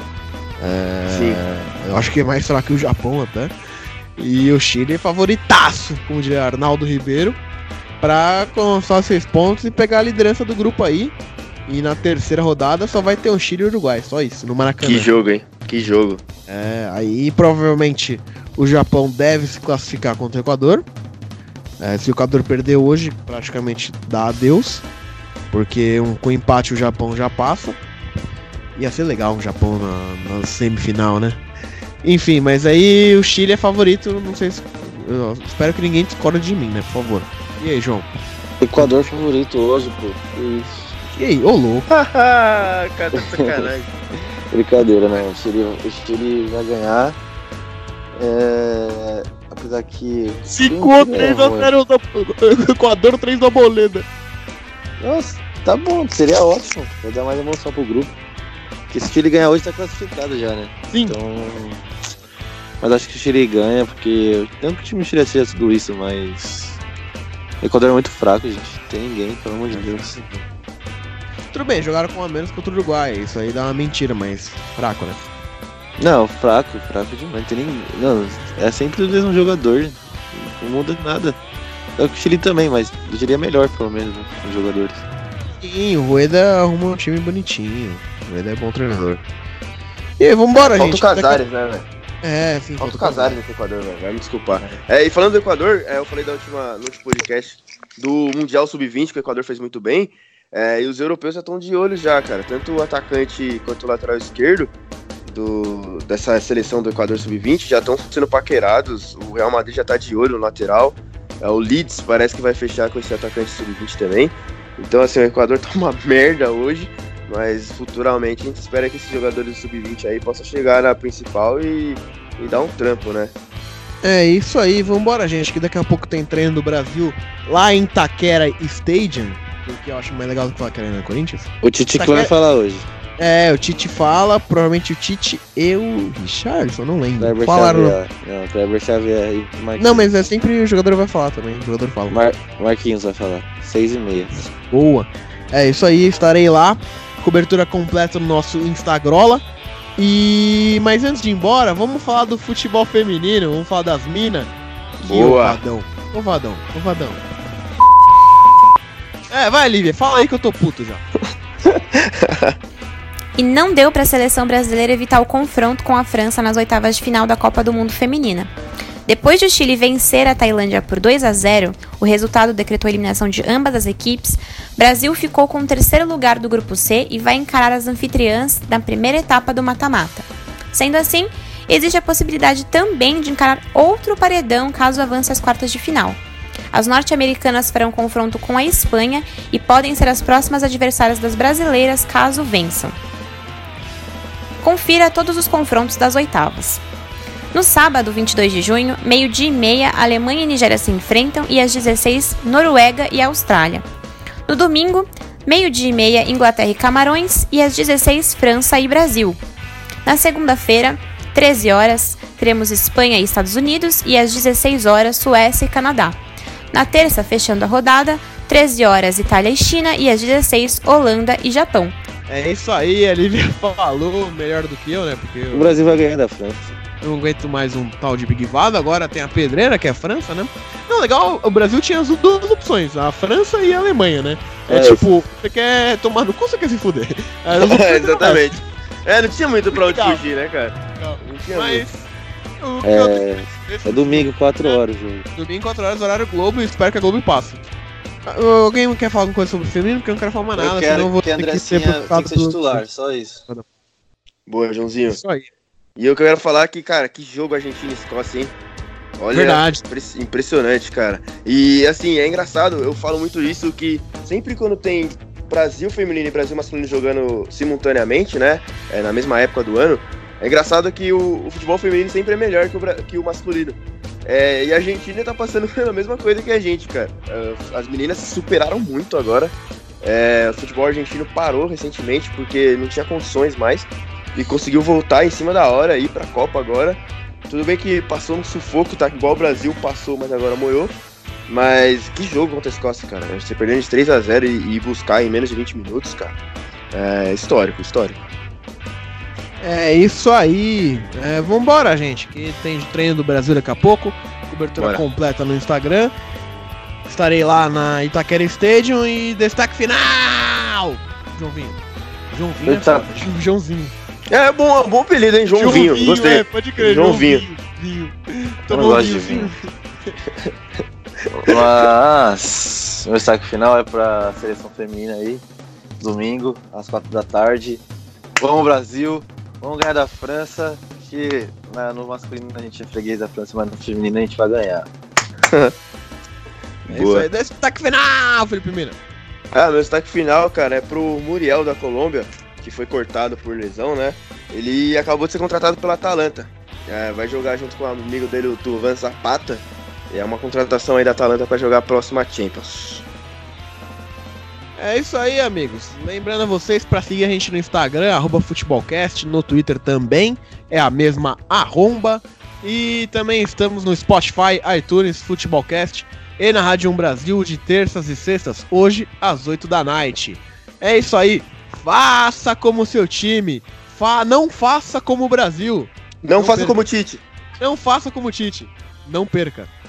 É, Sim. eu acho que é mais fraco que o Japão até. E o Chile é favoritaço, como diria Arnaldo Ribeiro, pra alcançar seis pontos e pegar a liderança do grupo aí. E na terceira rodada só vai ter o Chile e o Uruguai, só isso, no Maracanã. Que jogo, hein? Que jogo. É, aí provavelmente o Japão deve se classificar contra o Equador. É, se o Equador perder hoje, praticamente dá adeus. Porque um, com empate o Japão já passa. Ia ser legal um Japão na, na semifinal, né? Enfim, mas aí o Chile é favorito, não sei se... Eu espero que ninguém discorde de mim, né, por favor. E aí, João? Equador favorito hoje, pô. Que isso. E aí, ô louco. Cara, sacanagem. Brincadeira, né? O Chile, o Chile vai ganhar. É... Apesar que... Ficou três a zero da... Equador três da Boleda. Nossa, tá bom, seria ótimo. Vai dar mais emoção pro grupo. Porque se o Chile ganhar hoje, tá classificado já, né? Sim. Então... Mas acho que o Chile ganha, porque... Não que o time do Chile seja tudo isso, mas... O Equador é muito fraco, gente. Não tem ninguém, pelo amor de Deus. Tudo bem, jogaram com a menos contra o Uruguai. Isso aí dá uma mentira, mas fraco, né? Não, fraco, fraco demais. Não tem nem... Não, é sempre o mesmo jogador. Não muda nada. É o Chile também, mas o Chile é melhor, pelo menos, né, os jogadores. Sim, o Rueda arrumou um time bonitinho. O Rueda é bom treinador. E aí, vambora, Falta gente. o Casares, né, velho? É, sim. Falta o Casares nesse Equador, velho. Vai me desculpar. É, e falando do Equador, é, eu falei da última, no último podcast do Mundial sub vinte, que o Equador fez muito bem. É, e os europeus já estão de olho já, cara. Tanto o atacante quanto o lateral esquerdo do, dessa seleção do Equador sub vinte já estão sendo paquerados. O Real Madrid já tá de olho no lateral. É, o Leeds parece que vai fechar com esse atacante sub vinte também. Então, assim, o Equador tá uma merda hoje, mas futuramente a gente espera que esses jogadores do sub vinte aí possam chegar na principal e, e dar um trampo, né? É isso aí, vambora, gente, que daqui a pouco tem treino do Brasil lá em Taquera Stadium, porque eu acho mais legal do que falar que era na Corinthians. O Tite Tá que vai que- falar hoje. É, o Tite fala, provavelmente o Tite e o Richarlison, não lembro. Kleber Falaram. Xavier. Não, Kleber Xavier e Marquinhos. Não, mas é sempre o jogador vai falar também, o jogador fala. Mar... Marquinhos vai falar. Seis e meia. Boa. É isso aí, estarei lá. Cobertura completa no nosso Instagrola. E mas antes de ir embora, vamos falar do futebol feminino, vamos falar das minas. Boa. Ovadão, ovadão, ovadão. É, vai, Lívia, fala aí que eu tô puto já. E não deu para a seleção brasileira evitar o confronto com a França nas oitavas de final da Copa do Mundo Feminina. Depois de o Chile vencer a Tailândia por dois a zero, o resultado decretou a eliminação de ambas as equipes. Brasil ficou com o terceiro lugar do grupo C e vai encarar as anfitriãs na primeira etapa do mata-mata. Sendo assim, existe a possibilidade também de encarar outro paredão caso avance às quartas de final. As norte-americanas farão confronto com a Espanha e podem ser as próximas adversárias das brasileiras caso vençam. Confira todos os confrontos das oitavas. No sábado, vinte e dois de junho, meio-dia e meia, Alemanha e Nigéria se enfrentam e às dezesseis, Noruega e Austrália. No domingo, meio-dia e meia, Inglaterra e Camarões e às dezesseis, França e Brasil. Na segunda-feira, treze horas, teremos Espanha e Estados Unidos e às dezesseis horas, Suécia e Canadá. Na terça, fechando a rodada, treze horas, Itália e China e às dezesseis, Holanda e Japão. É isso aí, a Lívia falou melhor do que eu, né? Porque O eu Brasil vai ganhar da França. não aguento mais um tal de Big Vado, agora tem a pedreira, que é a França, né? Não, legal, o Brasil tinha as duas opções, a França e a Alemanha, né? É, É, tipo, você quer tomar no cu ou você quer se fuder? As opções eram Exatamente. É, não tinha muito pra onde Legal. fugir, né, cara? essas. Não tinha Mas. muito. o que eu- É, esse- é domingo, quatro horas o jogo. Domingo, quatro horas, horário Globo, e espero que a Globo passe. Ah, alguém quer falar alguma coisa sobre o feminino? Porque eu não quero falar mais nada, Eu senão eu quero vou que a ter que ser Andressinha processado tem que ser pelo- titular, só isso. Boa, Joãozinho. Isso aí. E eu quero falar que, cara, que jogo Argentina e Escócia, hein? Olha, Verdade. impre- impressionante, cara. E, assim, é engraçado, eu falo muito isso, que sempre quando tem Brasil feminino e Brasil masculino jogando simultaneamente, né, é, na mesma época do ano, é engraçado que o, o futebol feminino sempre é melhor que o, bra- que o masculino. É, e a Argentina tá passando pela mesma coisa que a gente, cara. É, as meninas se superaram muito agora. É, o futebol argentino parou recentemente porque não tinha condições mais e conseguiu voltar em cima da hora, ir pra Copa agora. Tudo bem que passou um sufoco, tá igual o Brasil passou, mas agora moiou. Mas que jogo contra a Escócia, cara. Você perdendo de três a zero e, e buscar em menos de vinte minutos, cara. É histórico, histórico. É isso aí. É, vambora, gente, que tem treino do Brasil daqui a pouco. Cobertura Bora. completa no Instagram. Estarei lá na Itaquera Stadium e destaque final! Joãozinho. Joãozinho é Eita. foda. Jo- Joãozinho. É bom, bom apelido, hein? João Vinho, gostei. É, pode crer, João João Vinho. Vinho. Vinho. Eu Tomou não um gosto de vinho. vinho. Mas o meu destaque final é pra seleção feminina aí. Domingo, às quatro da tarde. Vamos Brasil, vamos ganhar da França. que na, no masculino a gente é freguês da França, mas no feminino a gente vai ganhar. É isso aí, destaque final, Felipe Mina. Ah, meu destaque final, cara, é pro Muriel da Colômbia, que foi cortado por lesão, né? Ele acabou de ser contratado pela Atalanta. É, vai jogar junto com o amigo dele, o Tuvan Zapata. É uma contratação aí da Atalanta para jogar a próxima Champions. É isso aí, amigos. Lembrando a vocês para seguir a gente no Instagram, arroba futebolcast, no Twitter também, é a mesma arromba. E também estamos no Spotify, iTunes, Futebolcast e na Rádio um Brasil de terças e sextas, hoje às oito da noite. É isso aí, faça como seu time, Fa- não faça como o Brasil. Não, não faça perca. como o Tite. Não faça como o Tite, não perca.